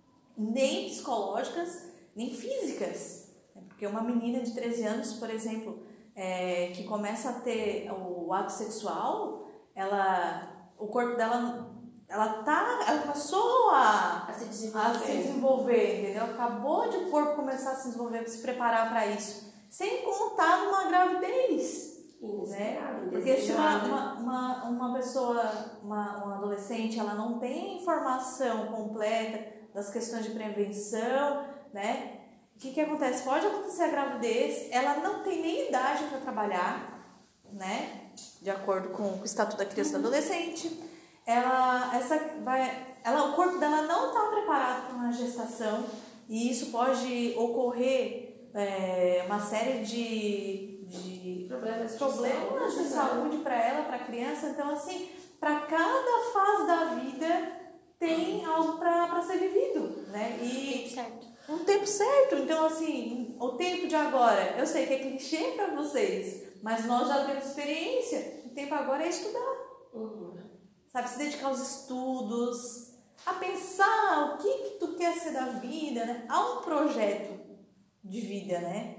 Nem psicológicas, nem físicas, né? Porque uma menina de treze anos, por exemplo, É, que começa a ter o ato sexual, ela, o corpo dela, ela tá, ela começou a, A se a desenvolver. se desenvolver, entendeu? Acabou de o corpo começar a se desenvolver, se preparar para isso, sem contar numa gravidez, né? Porque se uma, uma, uma, uma pessoa, uma, uma adolescente, ela não tem informação completa das questões de prevenção, né? O que que acontece? Pode acontecer a gravidez, ela não tem nem idade para trabalhar, né? De acordo com o Estatuto da Criança e do Adolescente. Ela, essa vai, ela, o corpo dela não está preparado para uma gestação e isso pode ocorrer é, uma série de, de Problemas de problemas de saúde, saúde para ela, para a criança. Então, assim, para cada fase da vida tem algo para ser vivido, né? E Certo. um tempo certo. Então, assim, o tempo de agora, eu sei que é clichê para vocês, mas nós já temos experiência. O tempo agora é estudar. Uhum. Sabe, se dedicar aos estudos, a pensar o que, que tu quer ser da vida, né? Há um projeto de vida, né?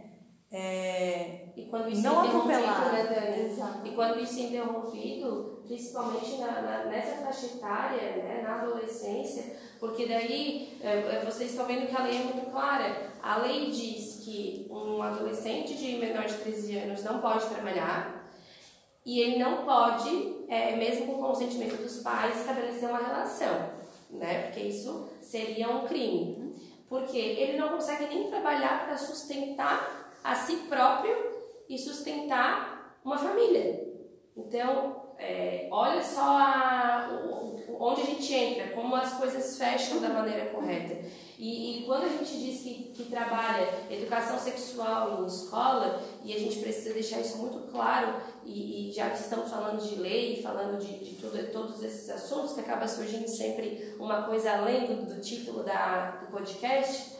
É... E quando isso Não é interrompido, atropelar. né, Dani? Exato. E quando isso é interrompido, principalmente na, na, nessa faixa etária, né, na adolescência, porque daí é, vocês estão vendo que a lei é muito clara. A lei diz que um adolescente de menor de treze anos não pode trabalhar e ele não pode, é, mesmo com o consentimento dos pais, estabelecer uma relação, né? Porque isso seria um crime. Porque ele não consegue nem trabalhar para sustentar a si próprio e sustentar uma família. Então, é, olha só a, o, onde a gente entra, como as coisas fecham da maneira correta. E, e quando a gente diz que, que trabalha educação sexual em escola, e a gente precisa deixar isso muito claro, e, e já que estamos falando de lei, falando de, de tudo, todos esses assuntos, que acaba surgindo sempre uma coisa além do, do título da, do podcast,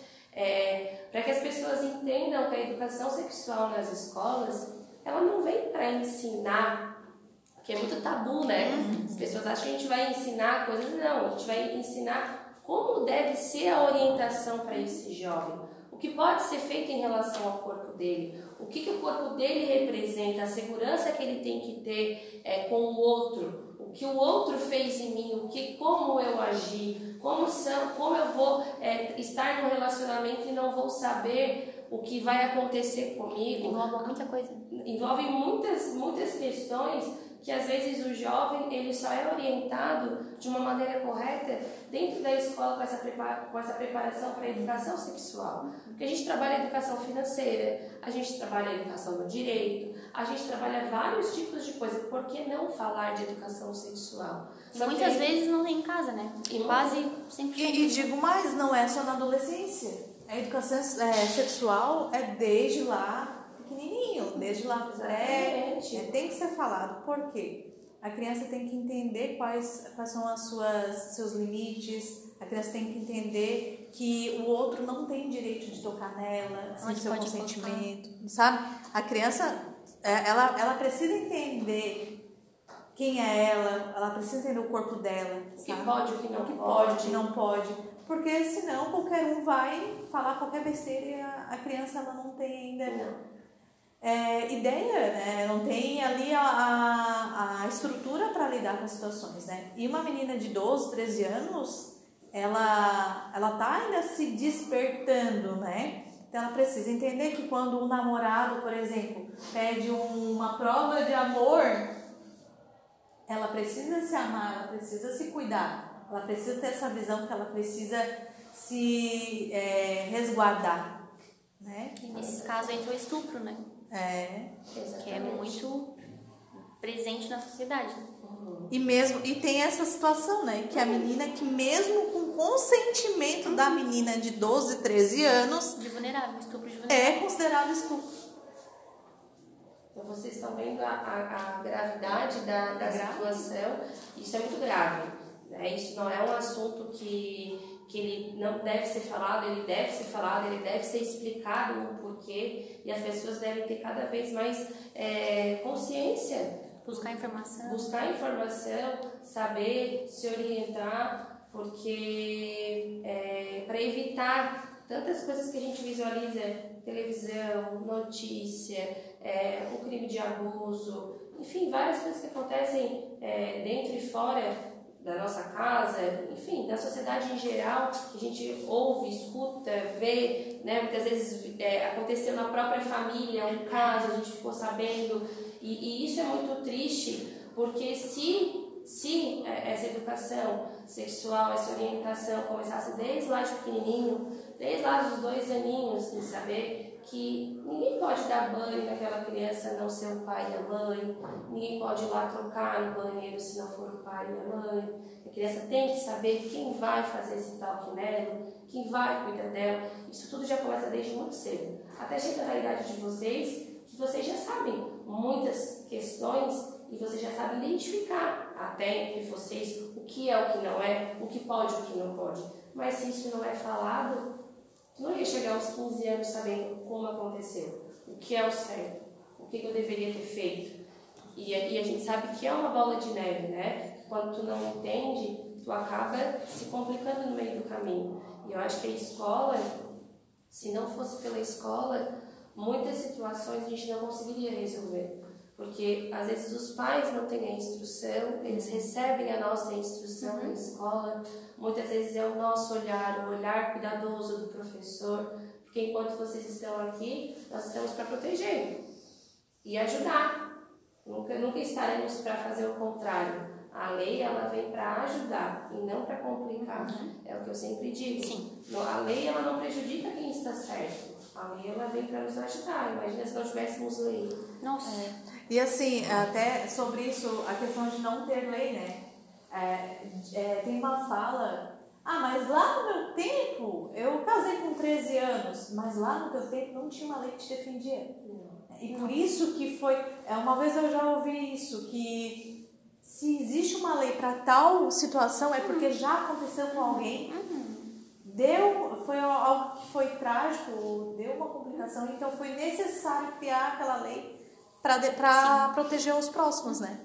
é, para que as pessoas entendam que a educação sexual nas escolas, ela não vem para ensinar, que é muito tabu, né? As pessoas acham que a gente vai ensinar coisas, não, a gente vai ensinar como deve ser a orientação para esse jovem, o que pode ser feito em relação ao corpo dele, o que, que o corpo dele representa, a segurança que ele tem que ter é, com o outro, o que o outro fez em mim, o que, como eu agi, como, são, como eu vou é, estar num relacionamento e não vou saber o que vai acontecer comigo. Envolve muita coisa. Envolve muitas, muitas questões que às vezes o jovem ele só é orientado de uma maneira correta dentro da escola com essa, prepara, com essa preparação para a educação sexual. Porque a gente trabalha a educação financeira, a gente trabalha a educação do direito, a gente trabalha vários tipos de coisa. Por que não falar de educação sexual? Só muitas que... vezes não tem em casa, né? E quase sempre. E, e digo mais, não é só na adolescência. A educação é, sexual é desde lá pequenininho, desde lá é, é, tem que ser falado. Por quê? A criança tem que entender quais, quais são as suas seus limites. A criança tem que entender que o outro não tem direito de tocar nela sem seu consentimento, tocar. Sabe? A criança ela, ela precisa entender quem é ela, ela precisa entender o corpo dela, o que pode, o que não o que pode, pode, não pode, porque senão qualquer um vai falar qualquer besteira e a, a criança ela não tem ainda não. É, ideia, né? Não tem ali a, a, a estrutura para lidar com as situações, né? E uma menina de doze, treze anos, ela ela tá ainda se despertando, né? Então ela precisa entender que quando um namorado, por exemplo, pede uma prova de amor, ela precisa se amar, ela precisa se cuidar, ela precisa ter essa visão que ela precisa se é, resguardar, né? E nesses casos entra o estupro, né? É, que é muito presente na sociedade. Uhum. E mesmo e tem essa situação, né, que a menina que mesmo com consentimento uhum. da menina de doze, treze anos, de vulnerável, estupro de vulnerável, é considerado estupro. Então vocês estão vendo a, a, a gravidade da, da situação. Isso é muito grave, né? Isso não é um assunto que que ele não deve ser falado, ele deve ser falado, ele deve ser explicado o porquê, e as pessoas devem ter cada vez mais é, consciência. Buscar informação. Buscar informação, saber se orientar, porque é, para evitar tantas coisas que a gente visualiza, televisão, notícia, é, o crime de abuso, enfim, várias coisas que acontecem é, dentro e fora da nossa casa, enfim, da sociedade em geral, que a gente ouve, escuta, vê, né? Muitas vezes é, aconteceu na própria família, um caso, a gente ficou sabendo, e, e isso é muito triste, porque se se essa educação sexual, essa orientação começasse desde lá de pequenininho, desde lá dos dois aninhos, de saber que ninguém pode dar banho naquela criança não ser o pai e a mãe, ninguém pode ir lá trocar no banheiro se não for o pai e a mãe. A criança tem que saber quem vai fazer esse toque nela, quem vai cuidar dela. Isso tudo já começa desde muito cedo. Até chegar na idade de vocês, que vocês já sabem muitas questões e vocês já sabem identificar até entre vocês o que é, o que não é, o que pode e o que não pode. Mas se isso não é falado, não ia chegar aos quinze anos sabendo como aconteceu, o que é o certo, o que eu deveria ter feito. E, e a gente sabe que é uma bola de neve, né? Quando tu não entende, tu acaba se complicando no meio do caminho. E eu acho que a escola, se não fosse pela escola, muitas situações a gente não conseguiria resolver. Porque às vezes os pais não têm a instrução, eles recebem a nossa instrução na escola, muitas vezes é o nosso olhar, o olhar cuidadoso do professor, porque enquanto vocês estão aqui, nós estamos para proteger e ajudar. Nunca, nunca estaremos para fazer o contrário. A lei, ela vem para ajudar e não para complicar. Uhum. É o que eu sempre digo. Sim. A lei, ela não prejudica quem está certo. A lei, ela vem para nos ajudar. Imagina se não tivéssemos lei. Nossa. É. E assim, até sobre isso, a questão de não ter lei, né? É, é, tem uma fala... Ah, mas lá no meu tempo, eu casei com treze anos, mas lá no teu tempo não tinha uma lei que te defendia. Não. E por isso que foi... Uma vez eu já ouvi isso, que... Se existe uma lei para tal situação, é porque já aconteceu com alguém, deu, foi algo que foi trágico, deu uma complicação, então foi necessário criar aquela lei para proteger os próximos, né?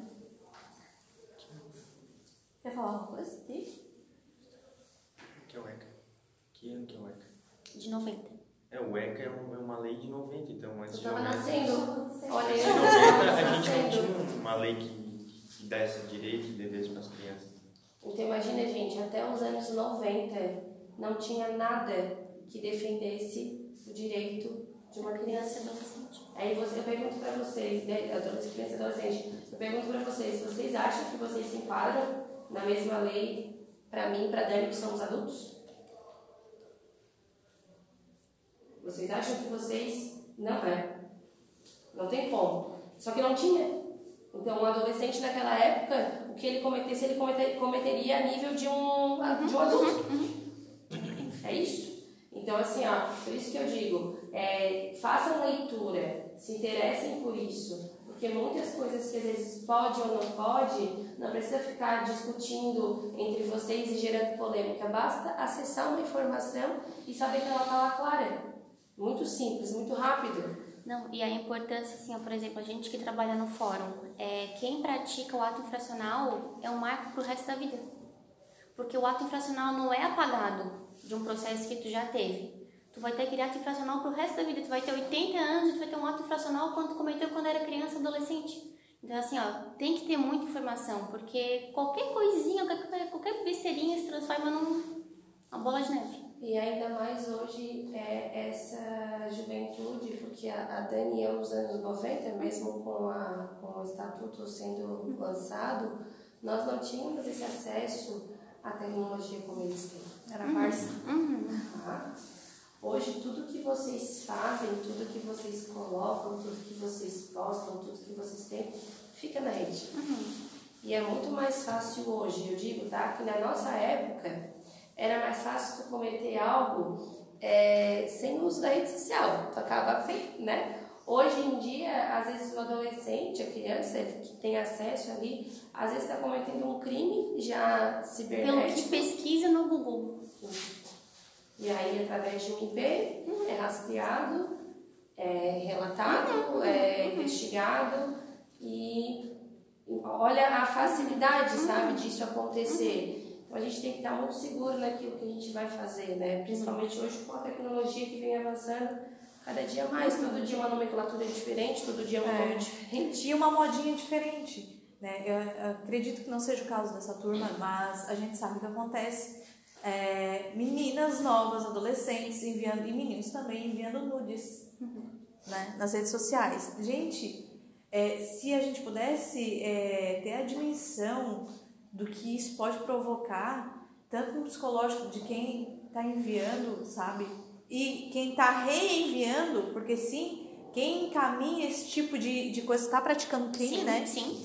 Quer falar alguma coisa? Sim? Que é o ECA? Que ano que é o ECA? De noventa. É, o ECA é, um, é uma lei de noventa, então antes eu de tava noventa... nascendo. Olha, Antes de noventa, a gente não tinha uma lei que desse direito e deveres para as crianças. Então imagina, gente, até os anos noventa não tinha nada que defendesse o direito de uma criança e adolescente. Aí você, eu pergunto para vocês, né, adolescente, criança e adolescente, eu pergunto para vocês, vocês acham que vocês se enquadram na mesma lei para mim e para Dani, que somos adultos? Vocês acham que vocês não é? Não tem como. Só que não tinha. Então, um adolescente naquela época, o que ele cometesse, ele cometer, cometeria a nível de um, de um adulto. É isso. Então, assim, ó, por isso que eu digo, é, façam leitura, se interessem por isso, porque muitas coisas que às vezes pode ou não pode, não precisa ficar discutindo entre vocês e gerando polêmica, basta acessar uma informação e saber que ela está lá clara. Muito simples, muito rápido. Não, e a importância, assim, ó, por exemplo, a gente que trabalha no fórum, é, quem pratica o ato infracional é um marco pro resto da vida. Porque o ato infracional não é apagado de um processo que tu já teve. Tu vai ter aquele ato infracional pro resto da vida. Tu vai ter oitenta anos e tu vai ter um ato infracional quando tu cometeu quando era criança ou adolescente. Então, assim, ó, tem que ter muita informação, porque qualquer coisinha, qualquer, qualquer besteirinha se transforma numa bola de neve. E ainda mais hoje é essa juventude, porque a, a Dani é nos anos noventa, mesmo com, a, com o estatuto sendo lançado, nós não tínhamos esse acesso à tecnologia como eles têm. Era Barça. Uhum. Ah, hoje tudo que vocês fazem, tudo que vocês colocam, tudo que vocês postam, tudo que vocês têm, fica na rede. Uhum. E é muito mais fácil hoje, eu digo, tá? Que na nossa época era mais fácil tu cometer algo é, sem o uso da rede social. Tu acaba sem, né? Hoje em dia, às vezes o adolescente, a criança que tem acesso ali, às vezes está cometendo um crime já cibernético. Pelo que pesquisa no Google. E aí, através de um I P, é rastreado, é relatado, é investigado e olha a facilidade, sabe, disso acontecer. Então, a gente tem que estar muito seguro naquilo que a gente vai fazer, né? Principalmente hoje com a tecnologia que vem avançando cada dia mais. Todo dia uma nomenclatura diferente, todo dia um nome diferente. E uma modinha diferente, né? Eu acredito que não seja o caso dessa turma, mas a gente sabe o que acontece. É, meninas novas, adolescentes, enviando, e meninos também enviando nudes, uhum. né? Nas redes sociais. Gente, é, se a gente pudesse é, ter a dimensão do que isso pode provocar, tanto no psicológico de quem está enviando, sabe? E quem está reenviando, porque sim, quem encaminha esse tipo de, de coisa está praticando crime, sim, né? Sim,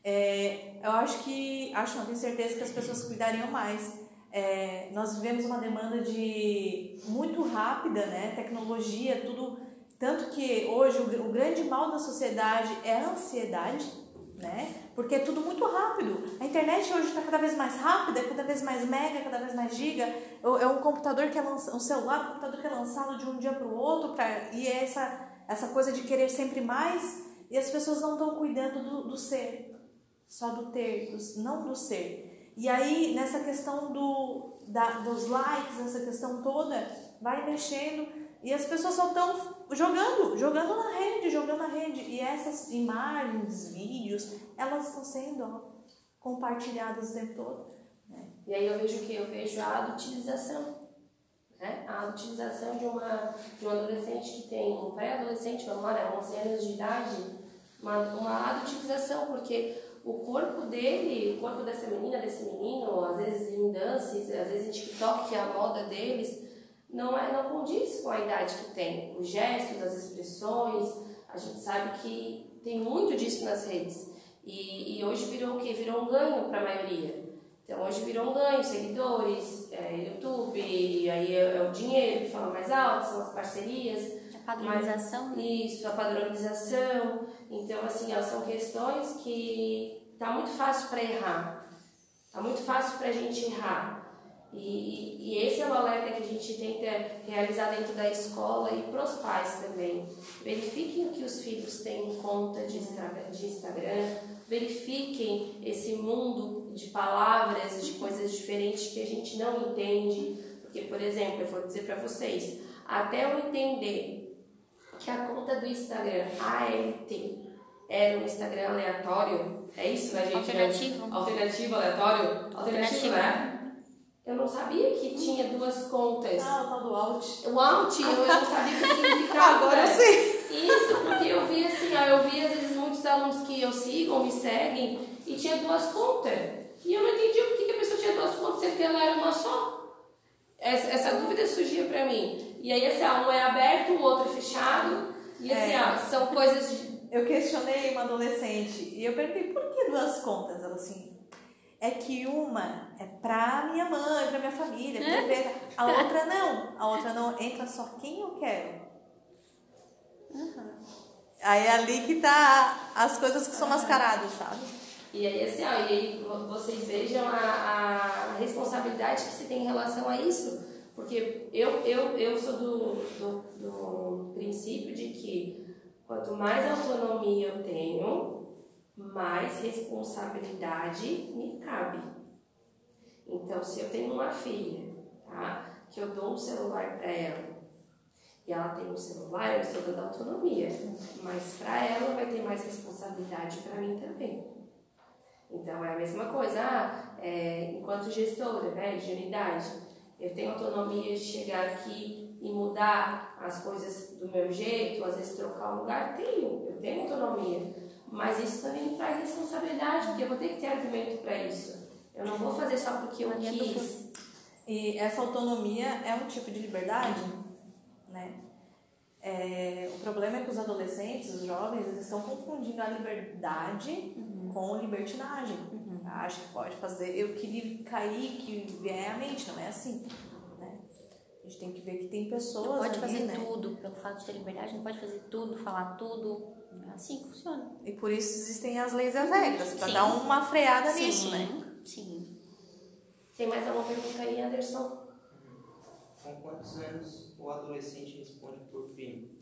é, eu acho que, acho não, tenho certeza que as pessoas cuidariam mais. É, nós vivemos uma demanda de muito rápida, né? Tecnologia, tudo. Tanto que hoje o, o grande mal da sociedade é a ansiedade, né? Porque é tudo muito rápido. A internet hoje está cada vez mais rápida, cada vez mais mega, cada vez mais giga. É um computador que é lançado, um celular, um computador que é lançado de um dia para o outro, pra, e é essa, essa coisa de querer sempre mais, e as pessoas não estão cuidando do, do ser, só do ter, do, não do ser. E aí, nessa questão do, da, dos likes, essa questão toda, vai mexendo, e as pessoas só estão jogando, jogando na rede, jogando na rede. E essas imagens, vídeos, elas estão sendo ó, compartilhadas o tempo todo. Né? E aí eu vejo o quê? Eu vejo a adultização. Né? A adultização de, uma, de um adolescente que tem um pré-adolescente, vamos lá, né, onze anos de idade, uma, uma adultização, porque o corpo dele, o corpo dessa menina, desse menino, às vezes em dances, às vezes em TikTok, que é a moda deles, não, é, não condiz com a idade que tem. Os gestos, as expressões, a gente sabe que tem muito disso nas redes. E, e hoje virou o quê? Virou um ganho para a maioria. Então hoje virou um ganho, seguidores, é, YouTube, e aí é, é o dinheiro que fala mais alto, são as parcerias. A padronização. Mas, isso, a padronização. Então, assim, ó, são questões que tá muito fácil para errar. Tá muito fácil para a gente errar. E, e esse é o alerta que a gente tenta realizar dentro da escola e para os pais também. Verifiquem o que os filhos têm em conta de Instagram, verifiquem esse mundo de palavras, de coisas diferentes que a gente não entende. Porque, por exemplo, eu vou dizer para vocês, até eu entender que a conta do Instagram, A L T, era um Instagram aleatório, é isso, né, gente? Alternativo. Alternativo, aleatório? Alternativo, Alternativo, né? Eu não sabia que tinha duas contas. Ah, o tal do alt. O alt, eu, eu não sabia o que significava. Agora eu sei. Isso, porque eu vi assim, ó, eu vi às vezes muitos alunos que eu sigo ou me seguem e tinha duas contas. E eu não entendi por que a pessoa tinha duas contas, sendo que ela era uma só. Essa, essa dúvida surgia pra mim. E aí, assim, ó, um é aberto, o outro é fechado. E assim, É. ó, são coisas de... Eu questionei uma adolescente e eu perguntei por que duas contas? Ela assim, é que uma é pra minha mãe, pra minha família, pra ver. A outra não. A outra não, entra só quem eu quero. Uhum. Aí é ali que tá as coisas que são mascaradas, sabe? E aí, assim, ó, e aí vocês vejam a, a responsabilidade que se tem em relação a isso. Porque eu, eu, eu sou do, do, do princípio de que quanto mais autonomia eu tenho, mais responsabilidade me cabe. Então, se eu tenho uma filha, tá, que eu dou um celular para ela, e ela tem um celular, eu estou dando autonomia, mas para ela vai ter mais responsabilidade para mim também. Então, é a mesma coisa, ah, é, enquanto gestora, né, de unidade, eu tenho autonomia de chegar aqui e mudar as coisas do meu jeito, às vezes trocar um lugar, tenho, eu tenho autonomia. Mas isso também me traz responsabilidade, porque eu vou ter que ter argumento para isso. Eu não vou fazer só porque eu quis. E essa autonomia é um tipo de liberdade, né? É, o problema é que os adolescentes, os jovens, eles estão confundindo a liberdade uhum. com libertinagem. Uhum. Acha que pode fazer o que cair, que vier à mente, não é assim. Né? A gente tem que ver que tem pessoas. Não pode ali, fazer né? tudo, pelo fato de ter liberdade, não pode fazer tudo, falar tudo. É assim que funciona. E por isso existem as leis e as regras, para Sim. dar uma freada Sim. nisso, né? Sim. Tem mais alguma pergunta aí, Anderson? Com quantos anos o adolescente responde por crime?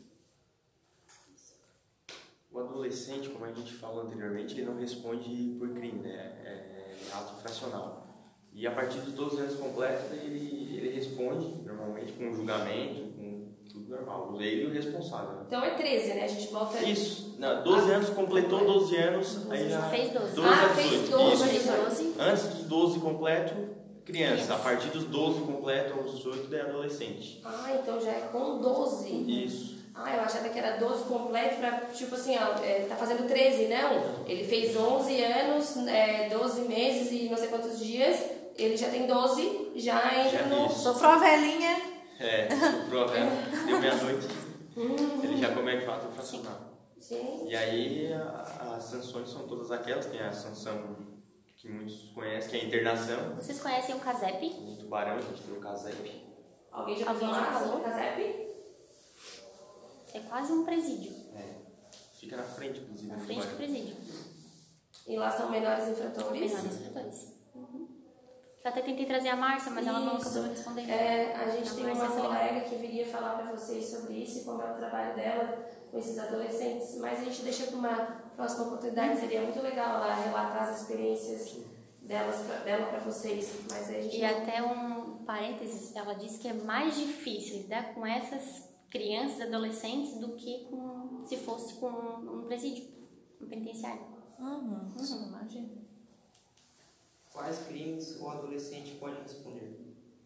O adolescente, como a gente falou anteriormente, ele não responde por crime, né? É, é ato infracional. E a partir dos doze anos completos, ele, ele responde, normalmente, com julgamento, com tudo normal. Ele e o responsável. Então é treze, né? A gente volta... Isso. Não, doze anos, completou doze anos, aí já... Fez doze. doze Ah, a fez dezoito. doze, Isso. fez doze. Antes dos doze completo, criança. Criança. A partir dos doze completo aos dezoito, é adolescente. Ah, então já é com doze. Isso. Ah, eu achava que era doze completo pra, tipo assim, ó, é, tá fazendo treze, não. Ele fez onze anos, é, doze meses e não sei quantos dias, ele já tem doze, já entra no... Isso. Sofreu a velhinha. É, soprou a vela, deu meia-noite, ele já comete o ato infracional. Gente. E aí a- as sanções são todas aquelas, tem a sanção que muitos conhecem, que é a internação. Vocês conhecem o CASEP? Em Tubarão a gente tem o CASEP. Alguém já Alguém falou já sobre falou? o CASEP? É quase um presídio. É, fica na frente, inclusive. Na do frente do Tubarão. presídio. E lá são menores infratores? Menores infratores. Uhum. Eu até tentei trazer a Márcia, mas ela não Isso. acabou me respondendo. É, a gente A tem Márcia uma é legal. colega que viria falar para vocês sobre isso e como é o trabalho dela com esses adolescentes, mas a gente deixa para uma próxima oportunidade. Seria muito legal ela relatar as experiências delas pra, dela para vocês, mas aí a gente E não... até um parênteses, ela disse que é mais difícil lidar com essas crianças e adolescentes do que com, se fosse com um presídio, um penitenciário. Uhum, uhum. Imagina. Quais crimes o adolescente pode responder?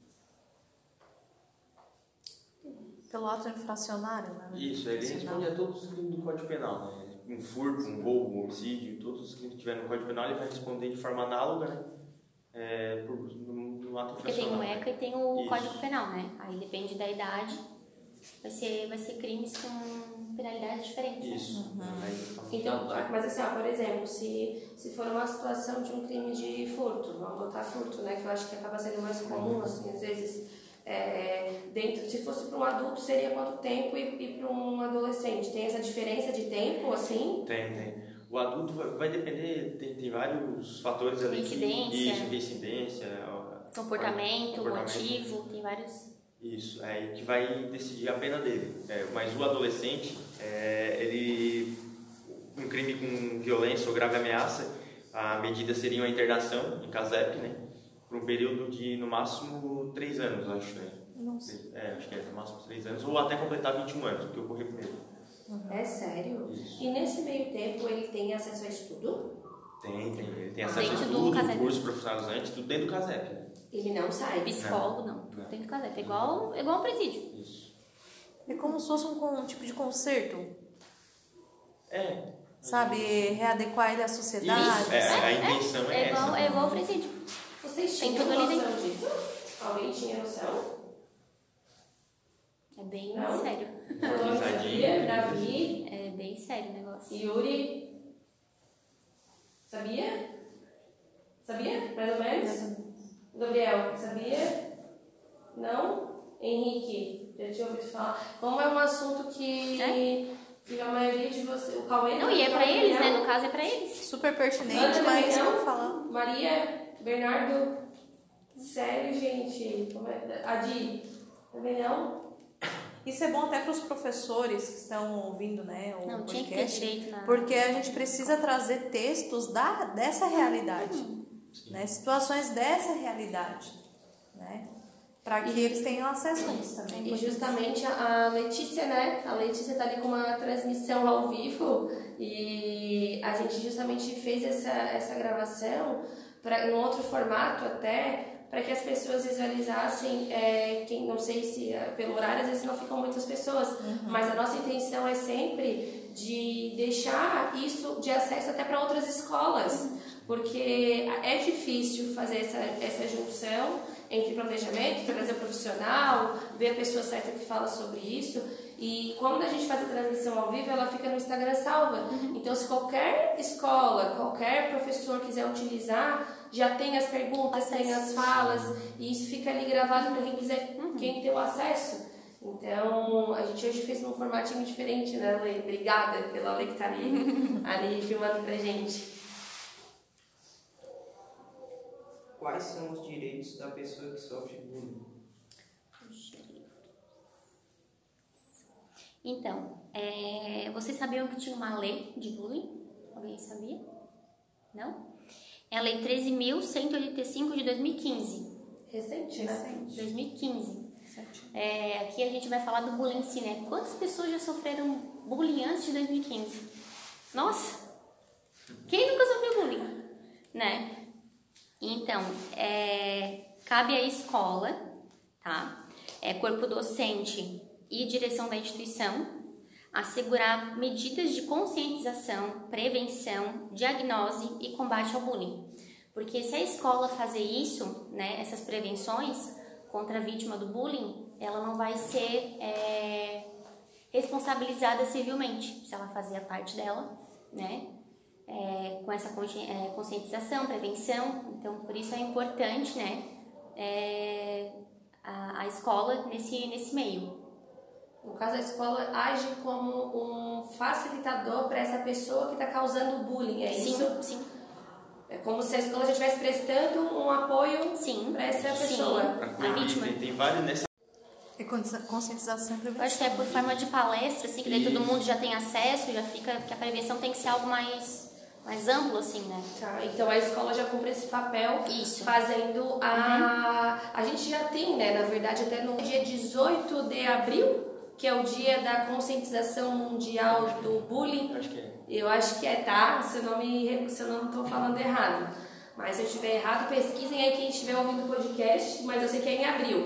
Pelo ato infracionário, né? Isso, ele responde a todos os crimes do Código Penal, né? Um furto, um roubo, um homicídio, todos os crimes que tiver no Código Penal, ele vai responder de forma análoga, né? É, por, no, no ato Porque tem o infracional. ECA e tem o Isso. Código Penal, né? Aí depende da idade, vai ser, vai ser crimes com penalidades diferentes. Isso. Aí, Então, mas assim, ó, por exemplo, se, se for uma situação de um crime de furto, vamos botar furto, né? Que eu acho que acaba sendo mais comum, assim, às vezes, é, dentro, se fosse para um adulto, seria quanto tempo e, e para um adolescente? Tem essa diferença de tempo, assim? Tem, tem. O adulto vai, vai depender, tem, tem vários fatores ali. que- Reincidência. Isso, reincidência. Comportamento, comportamento. motivo, tem vários. Isso, é que vai decidir a pena dele. É, mas o adolescente, é, ele, um crime com violência ou grave ameaça, a medida seria uma internação em CASEP, né? Por um período de, no máximo, três anos, acho, né? Nossa. É, acho que é no máximo três anos, ou até completar vinte e um anos, o que ocorrer primeiro. É sério? Isso. E nesse meio tempo ele tem acesso a estudo? Tem, tem. Ele tem acesso a Dentro do estudo, CASEP. curso profissionalizante, tudo dentro do CASEP, né? Ele não sai? Psicólogo, não. Não. Tem que fazer. É igual, é igual um presídio. Isso. É como se fosse um, con- um tipo de conserto, É. sabe? Readequar ele à sociedade. Isso, é, a intenção é, É igual, essa. é igual um presídio. Vocês Tem tinham tudo ali noção disso? Alguém tinha noção? É bem Não? sério. Fulano sabia? Davi? É bem sério o negócio. Yuri? Sabia? Sabia? Mais ou menos? Gabriel, sabia? Não? Henrique, já tinha ouvido falar. Como é um assunto que, É? que a maioria de vocês... O Cauê... Não, e é pra Cauê eles, né? não. No caso é pra eles. Super pertinente, Ana mas também não? vamos falar. Maria, Bernardo... Sério, gente? Como é? Adi, também não? Isso é bom até para os professores que estão ouvindo, né, o Não, tinha que ter podcast, direito na... porque a gente precisa trazer textos da, dessa realidade, né, situações dessa realidade, né, para que eles tenham acesso a isso também. E justamente a Letícia, né? A Letícia tá ali com uma transmissão ao vivo e a gente justamente fez essa, essa gravação para em outro formato até, para que as pessoas visualizassem, é, quem não sei se é, pelo horário às vezes não ficam muitas pessoas, uhum. mas a nossa intenção é sempre de deixar isso de acesso até para outras escolas, uhum. porque é difícil fazer essa, essa junção entre planejamento, trazer o profissional, ver a pessoa certa que fala sobre isso. E quando a gente faz a transmissão ao vivo, ela fica no Instagram salva. Uhum. Então, se qualquer escola, qualquer professor quiser utilizar, já tem as perguntas, acesso. Tem as falas, e isso fica ali gravado para quem quiser, uhum. quem tem o acesso. Então, a gente hoje fez num formatinho diferente, né, Lê? Obrigada pela Lê que tá ali, ali filmando pra gente. Quais são os direitos da pessoa que sofre bullying? Então, é, vocês sabiam que tinha uma lei de bullying? Alguém sabia? Não? É a Lei treze mil cento e oitenta e cinco de dois mil e quinze. Recente, né? Recente. dois mil e quinze. É, aqui a gente vai falar do bullying em si, né? Quantas pessoas já sofreram bullying antes de dois mil e quinze? Nossa! Quem nunca sofreu bullying? Né? Então, é, cabe à escola, tá? É, corpo docente e direção da instituição assegurar medidas de conscientização, prevenção, diagnose e combate ao bullying. Porque se a escola fazer isso, né, essas prevenções contra a vítima do bullying, ela não vai ser é, responsabilizada civilmente, se ela fazer a parte dela, né, é, com essa conscientização, prevenção. Então, por isso é importante, né, é, a, a escola nesse, nesse meio. No caso, a escola age como um facilitador para essa pessoa que está causando bullying, é sim, isso? Sim, É como se a escola já estivesse prestando um apoio para essa pessoa. Sim, a vítima. Tem, tem vários nessa. É conscientização e prevenção. Eu acho que é por forma de palestra, assim, que daí todo mundo já tem acesso, já fica, que a prevenção tem que ser algo mais, mais amplo, assim, né? Tá, então a escola já cumpre esse papel. Isso. Fazendo a... Uhum. A gente já tem, né, na verdade, até no dia dezoito de abril, que é o dia da conscientização mundial do bullying. Acho que é. Eu acho que é, tá? Se eu não me, se eu não estou falando errado. Mas se eu estiver errado, pesquisem aí quem estiver ouvindo o podcast, mas eu sei que é em abril.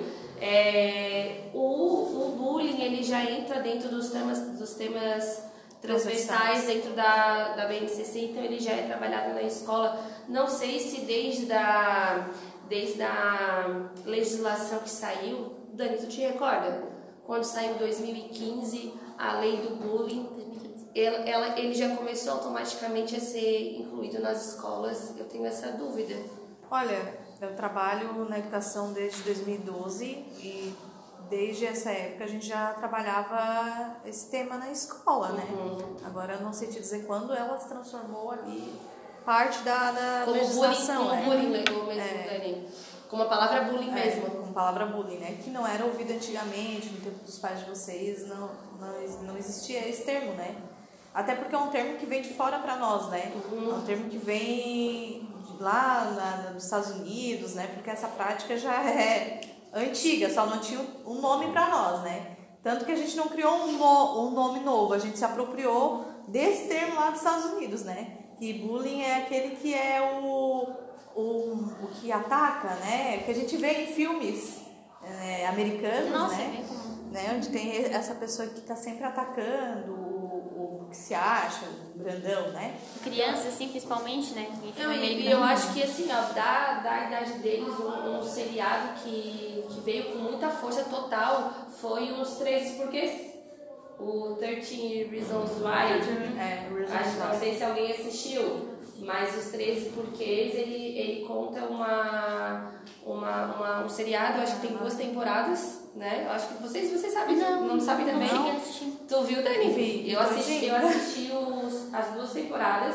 É, o, o bullying, ele já entra dentro dos temas, dos temas transversais dentro da, da B N C C, então ele já é trabalhado na escola. Não sei se desde a, desde a legislação que saiu, Dani, tu te recorda? Quando saiu em dois mil e quinze a lei do bullying, ela, ela, ele já começou automaticamente a ser incluído nas escolas? Eu tenho essa dúvida. Olha, eu trabalho na educação desde dois mil e doze e desde essa época a gente já trabalhava esse tema na escola, né? Uhum. Agora eu não sei te dizer quando ela se transformou ali parte da, da como legislação. Bullying, como né? bullying mesmo, é. Dani. Como a palavra bullying é, mesmo. Com a palavra bullying, né? Que não era ouvido antigamente, no tempo dos pais de vocês, não, não, não existia esse termo, né? Até porque é um termo que vem de fora para nós, né? Uhum. É um termo que vem de lá na, nos Estados Unidos, né? Porque essa prática já é antiga, só não tinha um nome para nós, né? Tanto que a gente não criou um, no, um nome novo, a gente se apropriou desse termo lá dos Estados Unidos, né? Que bullying é aquele que é o, o, o que ataca, né? Que a gente vê em filmes é, americanos, Nossa, né? É né? Onde tem essa pessoa que está sempre atacando o que se acha, o grandão, né? Crianças, assim, principalmente, né? Eu, e eu acho que, assim, ó, da, da idade deles, um, um seriado que, que veio com muita força total foi os treze porquês. O treze Reasons Why. É, acho, não sei se alguém assistiu, mas os treze porquês, ele, ele conta uma, uma, uma, um seriado, eu acho que tem duas temporadas, né? Eu acho que vocês, vocês sabem, não, não sabem também? Não. Tu viu, Dani? Vi. Eu assisti, eu assisti os, as duas temporadas,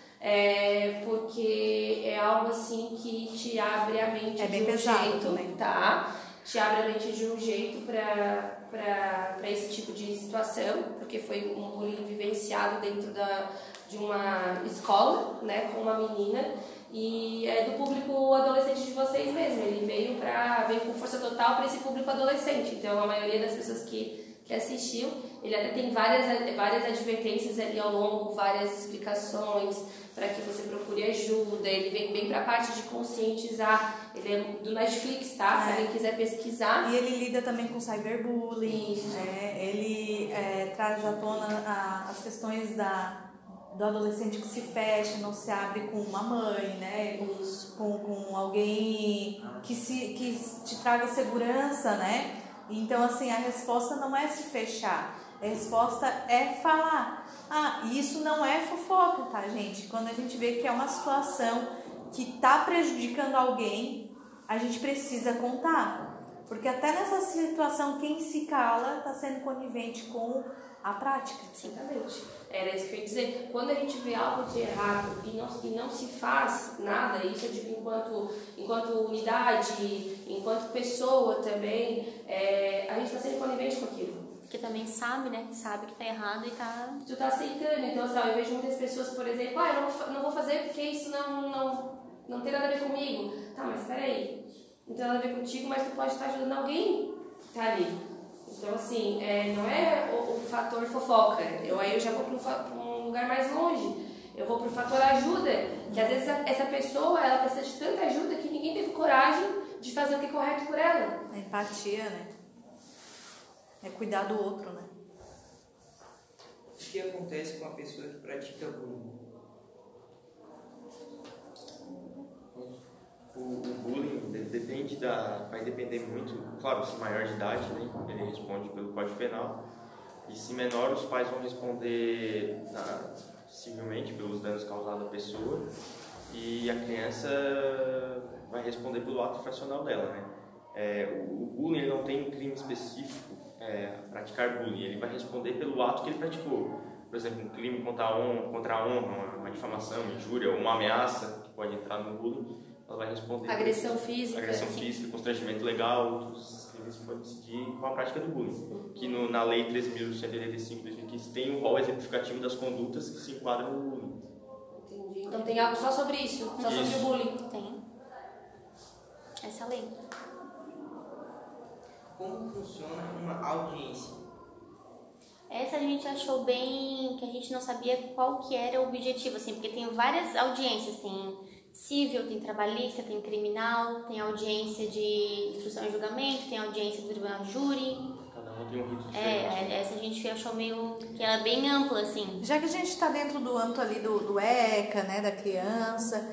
é, porque é algo assim que te abre a mente é de bem um pesado, jeito, né? tá? Te abre a mente de um jeito para para esse tipo de situação, porque foi um bullying vivenciado dentro da, de uma escola, né, com uma menina, e é do público adolescente de vocês mesmo. Ele veio para veio com força total para esse público adolescente. Então a maioria das pessoas que que assistiu, ele até tem várias várias advertências ali ao longo, várias explicações para que você procure ajuda. Ele vem bem para a parte de conscientizar. Ele é do Netflix, tá? Se É. alguém quiser pesquisar. E ele lida também com cyberbullying, né? Ele é, traz à tona a, as questões da, do adolescente que se fecha, não se abre com uma mãe, né? Com, com alguém que, se, que te traga segurança, né? Então, assim, a resposta não é se fechar, a resposta é falar. Ah, isso não é fofoca, tá, gente? Quando a gente vê que é uma situação que está prejudicando alguém, a gente precisa contar. Porque até nessa situação, quem se cala está sendo conivente com a prática. Exatamente. Era isso que eu ia dizer. Quando a gente vê algo de errado e não, e não se faz nada, isso eu digo enquanto, enquanto unidade, enquanto pessoa também, é, a gente está sendo conivente com aquilo. Porque também sabe, né? Sabe que tá errado e tá... Tu tá aceitando. Então, sabe, eu vejo muitas pessoas, por exemplo, ah, eu não, não vou fazer porque isso não, não, não tem nada a ver comigo. Tá, mas peraí. Não tem nada a ver contigo, mas tu pode estar ajudando alguém que tá ali. Então, assim, é, não é o, o fator fofoca. Eu, aí eu já vou para um, um lugar mais longe. Eu vou para o fator ajuda. Que às vezes essa pessoa, ela precisa de tanta ajuda que ninguém teve coragem de fazer o que é correto por ela. A empatia, né? É cuidar do outro, né? que acontece com a pessoa que pratica bullying? O, o bullying de- depende da, vai depender muito, claro, se maior de idade, né, ele responde pelo Código Penal, e se menor, os pais vão responder na, civilmente pelos danos causados à pessoa, e a criança vai responder pelo ato infracional dela, né. É, o, o bullying ele não tem um crime específico, é, praticar bullying, ele vai responder pelo ato que ele praticou. Por exemplo, um crime contra a honra, contra a honra uma, uma difamação, uma injúria ou uma ameaça que pode entrar no bullying, ela vai responder. Agressão física. Agressão sim. física, constrangimento legal, todos esses crimes podem incidir com a prática do bullying. Que no, na Lei treze mil cento e oitenta e cinco de dois mil e quinze tem um rol exemplificativo das condutas que se enquadram no bullying. Entendi. Então tem algo só sobre isso, só sobre Isso. o bullying. Tem. Essa lei. Como funciona uma audiência? Essa a gente achou bem que a gente não sabia qual que era o objetivo, assim, porque tem várias audiências, tem civil, tem trabalhista, tem criminal, tem audiência de instrução e julgamento, tem audiência do tribunal de júri. Cada um tem um rito diferente. É, essa a gente achou meio que ela é bem ampla, assim. Já que a gente está dentro do âmbito ali do, do ECA, né, da criança,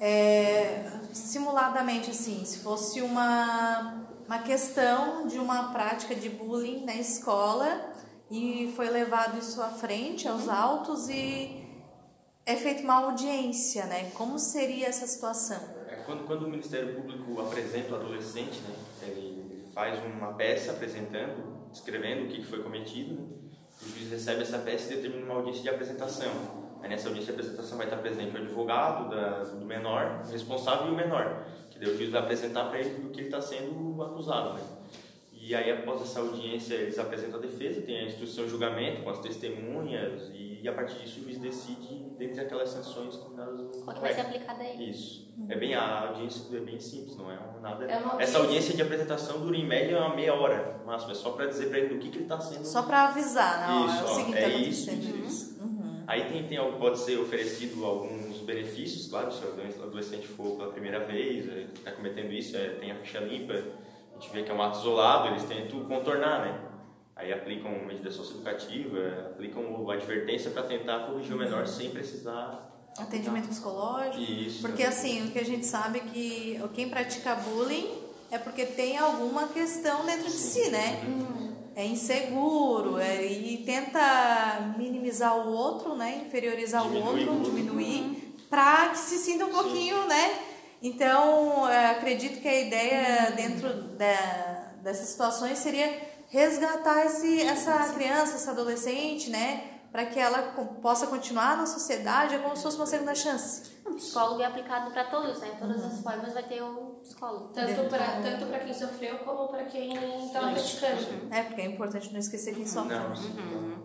é, simuladamente assim, se fosse uma, uma questão de uma prática de bullying na escola e foi levado isso à frente, aos autos e é feita uma audiência, né? Como seria essa situação? É, quando, quando o Ministério Público apresenta o adolescente, né, ele, ele faz uma peça apresentando, descrevendo o que foi cometido, né, o juiz recebe essa peça e determina uma audiência de apresentação. Aí nessa audiência de apresentação vai estar presente o advogado da, do menor, o responsável e o menor, que daí o juiz vai apresentar para ele do que ele está sendo acusado, né? E aí após essa audiência eles apresentam a defesa, tem a instrução e julgamento com as testemunhas e a partir disso o juiz decide dentre aquelas sanções combinadas no Qual que vai ser aplicada aí? Isso. É bem, a audiência é bem simples, não é nada. É uma Essa audiência- audiência de apresentação dura em média uma meia hora, no máximo, é só para dizer para ele do que, que ele está sendo. Só para avisar, não, Isso, é o ó, seguinte, é tá isso, acontecendo. isso. Uhum. Aí tem, tem, algo- pode ser oferecido alguns benefícios, claro, se o adolescente for pela primeira vez, está cometendo isso, é, tem a ficha limpa, a gente vê que é um ato isolado, eles tentam contornar, né? Aí aplicam medida socioeducativa, aplicam a advertência para tentar corrigir o menor sem precisar... Atendimento psicológico. Isso. Porque assim, o que a gente sabe é que quem pratica bullying é porque tem alguma questão dentro de si, né? É inseguro, é, e tenta minimizar o outro, né? Inferiorizar Diminuir o o outro, outro. diminuir, para que se sinta um pouquinho, né? Então, é, acredito que a ideia dentro da, dessas situações seria resgatar esse, essa criança, essa adolescente, né? Para que ela co- possa continuar na sociedade, é como se fosse uma segunda chance. O psicólogo é aplicado para todos, né? Em todas as formas vai ter o psicólogo. Tanto para tanto para quem sofreu como para quem está praticando. É, porque é importante não esquecer quem sofre. Não, né? sim.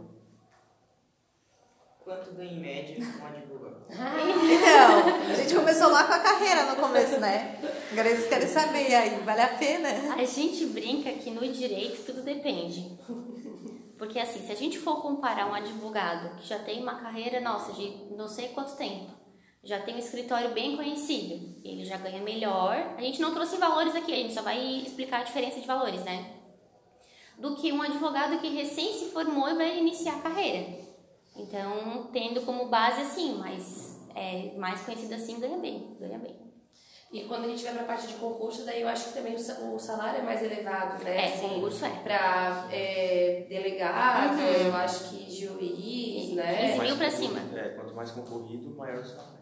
Quanto ganha em média um advogado? Então, a gente começou lá com a carreira no começo, né? Agora eles querem saber, e aí, vale a pena? A gente brinca que no direito tudo depende. Porque assim, se a gente for comparar um advogado que já tem uma carreira, nossa, de não sei quanto tempo, já tem um escritório bem conhecido, ele já ganha melhor. A gente não trouxe valores aqui, a gente só vai explicar a diferença de valores, né? Do que um advogado que recém se formou e vai iniciar a carreira. Então, tendo como base assim, mas é, mais conhecido assim, ganha bem, ganha bem. E quando a gente vai para a parte de concurso, daí eu acho que também o sa- o salário é mais elevado, né? É, concurso é. Para é, delegado, Uhum. eu acho que juiz, né? quinze mil pra concorrido- cima. É, quanto mais concorrido, maior o salário.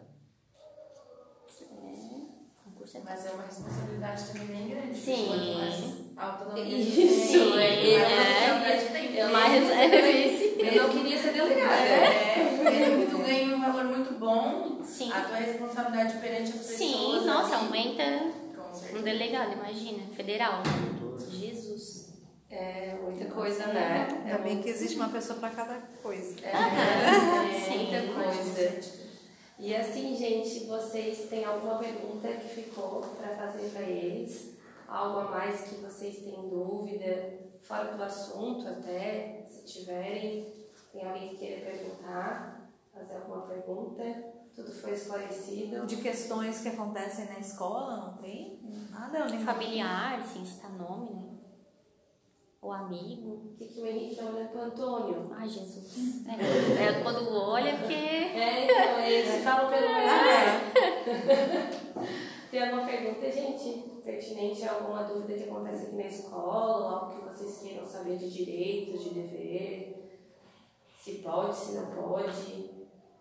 É, concurso é Mas é uma responsabilidade também bem grande. Sim. Quanto mais autonomia Isso, tem, é, mais é. responsabilidade tem. É mais- é esse Eu não queria ser delegada. É, mesmo que tu ganhe um valor muito bom, Sim. a tua responsabilidade perante as pessoas... Sim, nossa, ali, aumenta com um certeza. delegado, imagina, federal. Jesus. É muita coisa, né? Ainda bem que existe uma pessoa para cada coisa. É, Aham. é Sim, muita coisa. E assim, gente, vocês têm alguma pergunta que ficou para fazer para eles? Algo a mais que vocês têm dúvida? Fora do assunto até, se tiverem. Tem alguém que queira perguntar? Fazer alguma pergunta? Tudo foi esclarecido? De questões que acontecem na escola, não tem? Nada, eu nem Familiar, sem citar nome, né? Ou ou amigo. O que, que o Henrique tá olhando pro Antônio? Ai, Jesus. É, é quando olha, porque... É, então, eles falam pelo olhar. Tem alguma pergunta, gente, pertinente a alguma dúvida que acontece aqui na escola, ou algo que vocês queiram saber de direitos, de dever, se pode, se não pode?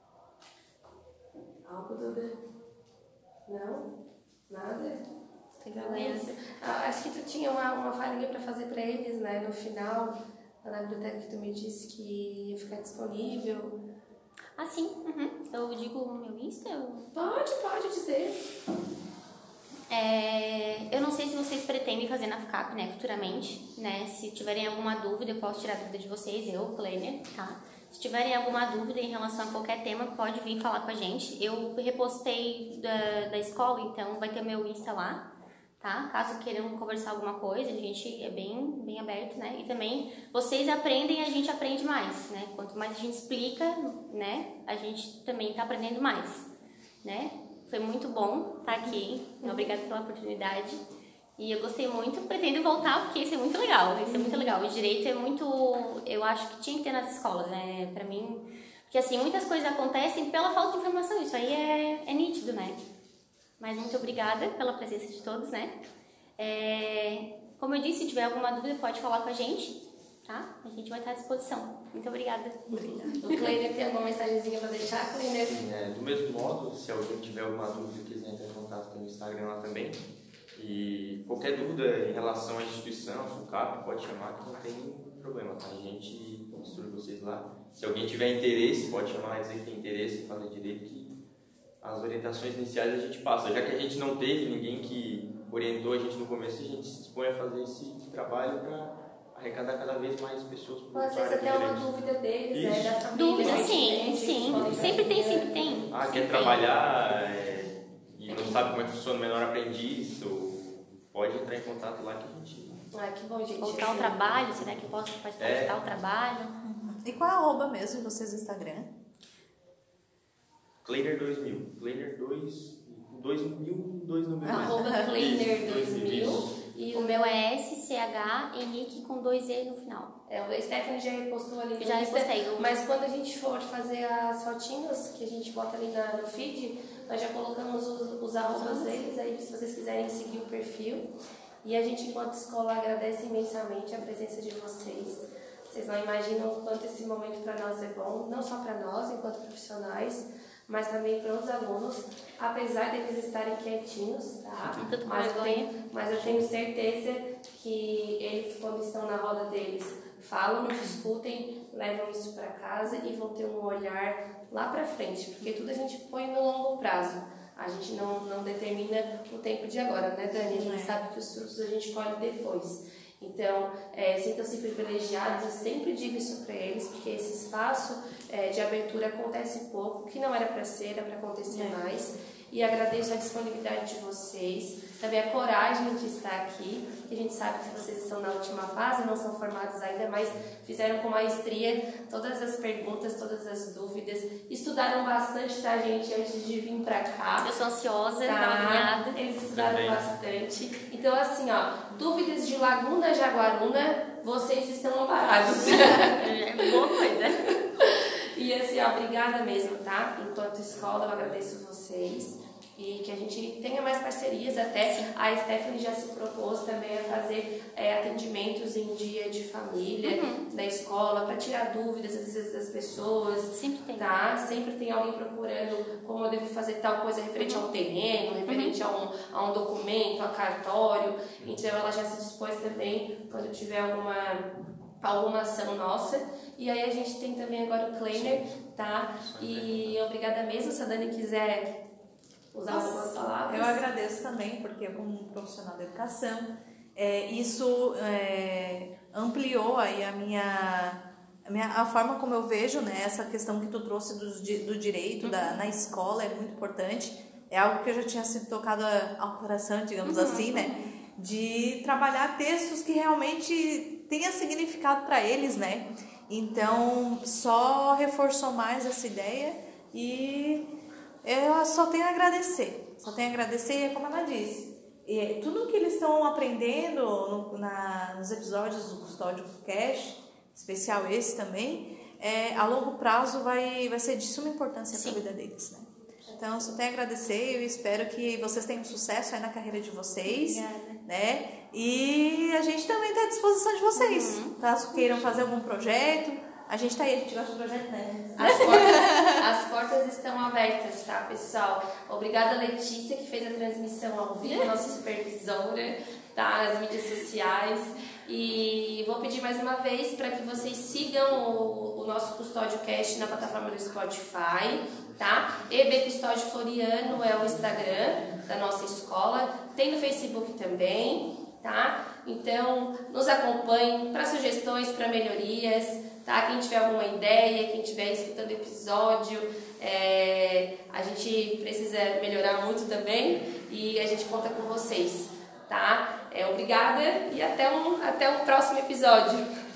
Algo, Duda? Não? Nada? Beleza. Ah, acho que tu tinha uma, uma falinha para fazer para eles, né, no final, na biblioteca que tu me disse que ia ficar disponível. Ah, sim. Uhum. Eu digo o meu Insta? Eu... Pode, pode dizer. É, eu não sei se vocês pretendem fazer na F C A P, né, futuramente, né? Se tiverem alguma dúvida, eu posso tirar a dúvida de vocês, eu, Kleiner, tá? Se tiverem alguma dúvida em relação a qualquer tema, pode vir falar com a gente. Eu repostei da, da escola, então vai ter o meu Insta lá, tá? Caso queiram conversar alguma coisa, a gente é bem, bem aberto, né? E também, vocês aprendem, a gente aprende mais, né? Quanto mais a gente explica, né? A gente também tá aprendendo mais, né? Foi muito bom estar aqui. Obrigada pela oportunidade. E eu gostei muito. Pretendo voltar porque isso é muito legal. Isso é muito legal. O direito é muito... Eu acho que tinha que ter nas escolas, né? Pra mim... Porque, assim, muitas coisas acontecem pela falta de informação. Isso aí é, é nítido, né? Mas muito obrigada pela presença de todos, né? É... Como eu disse, se tiver alguma dúvida, pode falar com a gente, tá? A gente vai estar à disposição. Muito obrigada. Obrigada. O Kleiner tem alguma mensagenzinha para deixar, Kleiner? É, do mesmo modo, se alguém tiver alguma dúvida, quiser entrar em contato com o Instagram lá também. E qualquer dúvida em relação à instituição, F C A P, pode chamar que não tem problema, tá? A gente instrui vocês lá. Se alguém tiver interesse, pode chamar e dizer que tem interesse em fazer direito, que as orientações iniciais a gente passa. Já que a gente não teve ninguém que orientou a gente no começo, a gente se dispõe a fazer esse trabalho para arrecadar cada vez mais pessoas. Ou às vezes até uma dúvida deles, né, da família. Dúvida, né, sim, gente, sim. Sempre tem, sempre tem. Ah, sempre quer trabalhar é, e não sabe como é que funciona o menor aprendiz, ou pode entrar em contato lá que a gente... Ah, que bom, gente. Voltar ao trabalho, será que eu posso voltar É. ao trabalho? E qual é a arroba mesmo de vocês no Instagram? Kleiner dois mil. Kleiner dois mil, dois números. Arroba Kleiner dois mil. E o meu é S C H Henrique com dois E no final. É, o Stephanie já repostou ali no Já Insta, repostei. Eu... Mas quando a gente for fazer as fotinhas que a gente bota ali na, no feed, nós já colocamos os, os arrobas deles, aí se vocês quiserem seguir o perfil. E a gente, enquanto escola, agradece imensamente a presença de vocês. Vocês não imaginam o quanto esse momento para nós é bom, não só para nós, enquanto profissionais, mas também para os alunos, apesar deles estarem quietinhos, tá? Tanto com Mas eu, vergonha. tenho, mas eu tenho certeza que eles, quando estão na roda deles, falam, discutem, levam isso para casa e vão ter um olhar lá para frente, porque tudo a gente põe no longo prazo. A gente não, não determina o tempo de agora, né, Dani? A gente sabe que os frutos a gente colhe depois. Então, é, sintam-se privilegiados, eu sempre digo isso para eles, porque esse espaço é, de abertura acontece pouco, que não era para ser, era para acontecer é. mais. E agradeço a disponibilidade de vocês, também a coragem de estar aqui, que a gente sabe que vocês estão na última fase, não são formados ainda, mas fizeram com maestria todas as perguntas, todas as dúvidas, estudaram bastante, tá, gente, antes de vir pra cá. Eu sou ansiosa, tá? Eles estudaram também bastante. Então, assim, ó, dúvidas de Laguna Jaguaruna, vocês estão amparados. É boa coisa. E assim, ó, obrigada mesmo, tá? Enquanto escola, eu agradeço vocês. E que a gente tenha mais parcerias até. Sim. A Stephanie já se propôs também a fazer é, atendimentos em dia de família, uhum. na escola, para tirar dúvidas às vezes das pessoas. Sempre tem. Tá? Sempre tem alguém procurando como eu devo fazer tal coisa referente uhum. a um terreno, referente uhum. a, um, a um documento, a cartório. Então ela já se dispôs também, quando tiver alguma... alguma ação nossa, e aí a gente tem também agora o Kleiner, tá? E obrigada mesmo, se a Dani quiser usar algumas palavras. Eu agradeço também, porque eu, como profissional da educação, é, isso é, ampliou aí a minha, a minha a forma como eu vejo, né, essa questão que tu trouxe do, do direito uhum. da, na escola, é muito importante, é algo que eu já tinha sido tocado ao coração, digamos uhum. assim, né, de trabalhar textos que realmente tenha significado para eles, né? Então, só reforçou mais essa ideia e eu só tenho a agradecer. Só tenho a agradecer, como ela disse, e tudo que eles estão aprendendo no, na, nos episódios do Custódio Cash, especial esse também, é, a longo prazo vai, vai ser de suma importância para a vida deles, né? Então, só tenho a agradecer, eu espero que vocês tenham sucesso aí na carreira de vocês. Obrigada. Né? E a gente também está à disposição de vocês, uhum. Caso queiram fazer algum projeto, a gente está aí, a gente gosta de projeto, né? As portas, as portas estão abertas, tá, pessoal? Obrigada, Letícia, que fez a transmissão ao vivo, nossa supervisora, tá, nas mídias sociais. E vou pedir mais uma vez para que vocês sigam o, o nosso Custódio Cast na plataforma do Spotify, tá? E B Custódio Floriano é o Instagram da nossa escola, tem no Facebook também, tá? Então, nos acompanhem para sugestões, para melhorias, tá? Quem tiver alguma ideia, quem estiver escutando o episódio, é, a gente precisa melhorar muito também e a gente conta com vocês, tá? É, obrigada e até um, até um próximo episódio.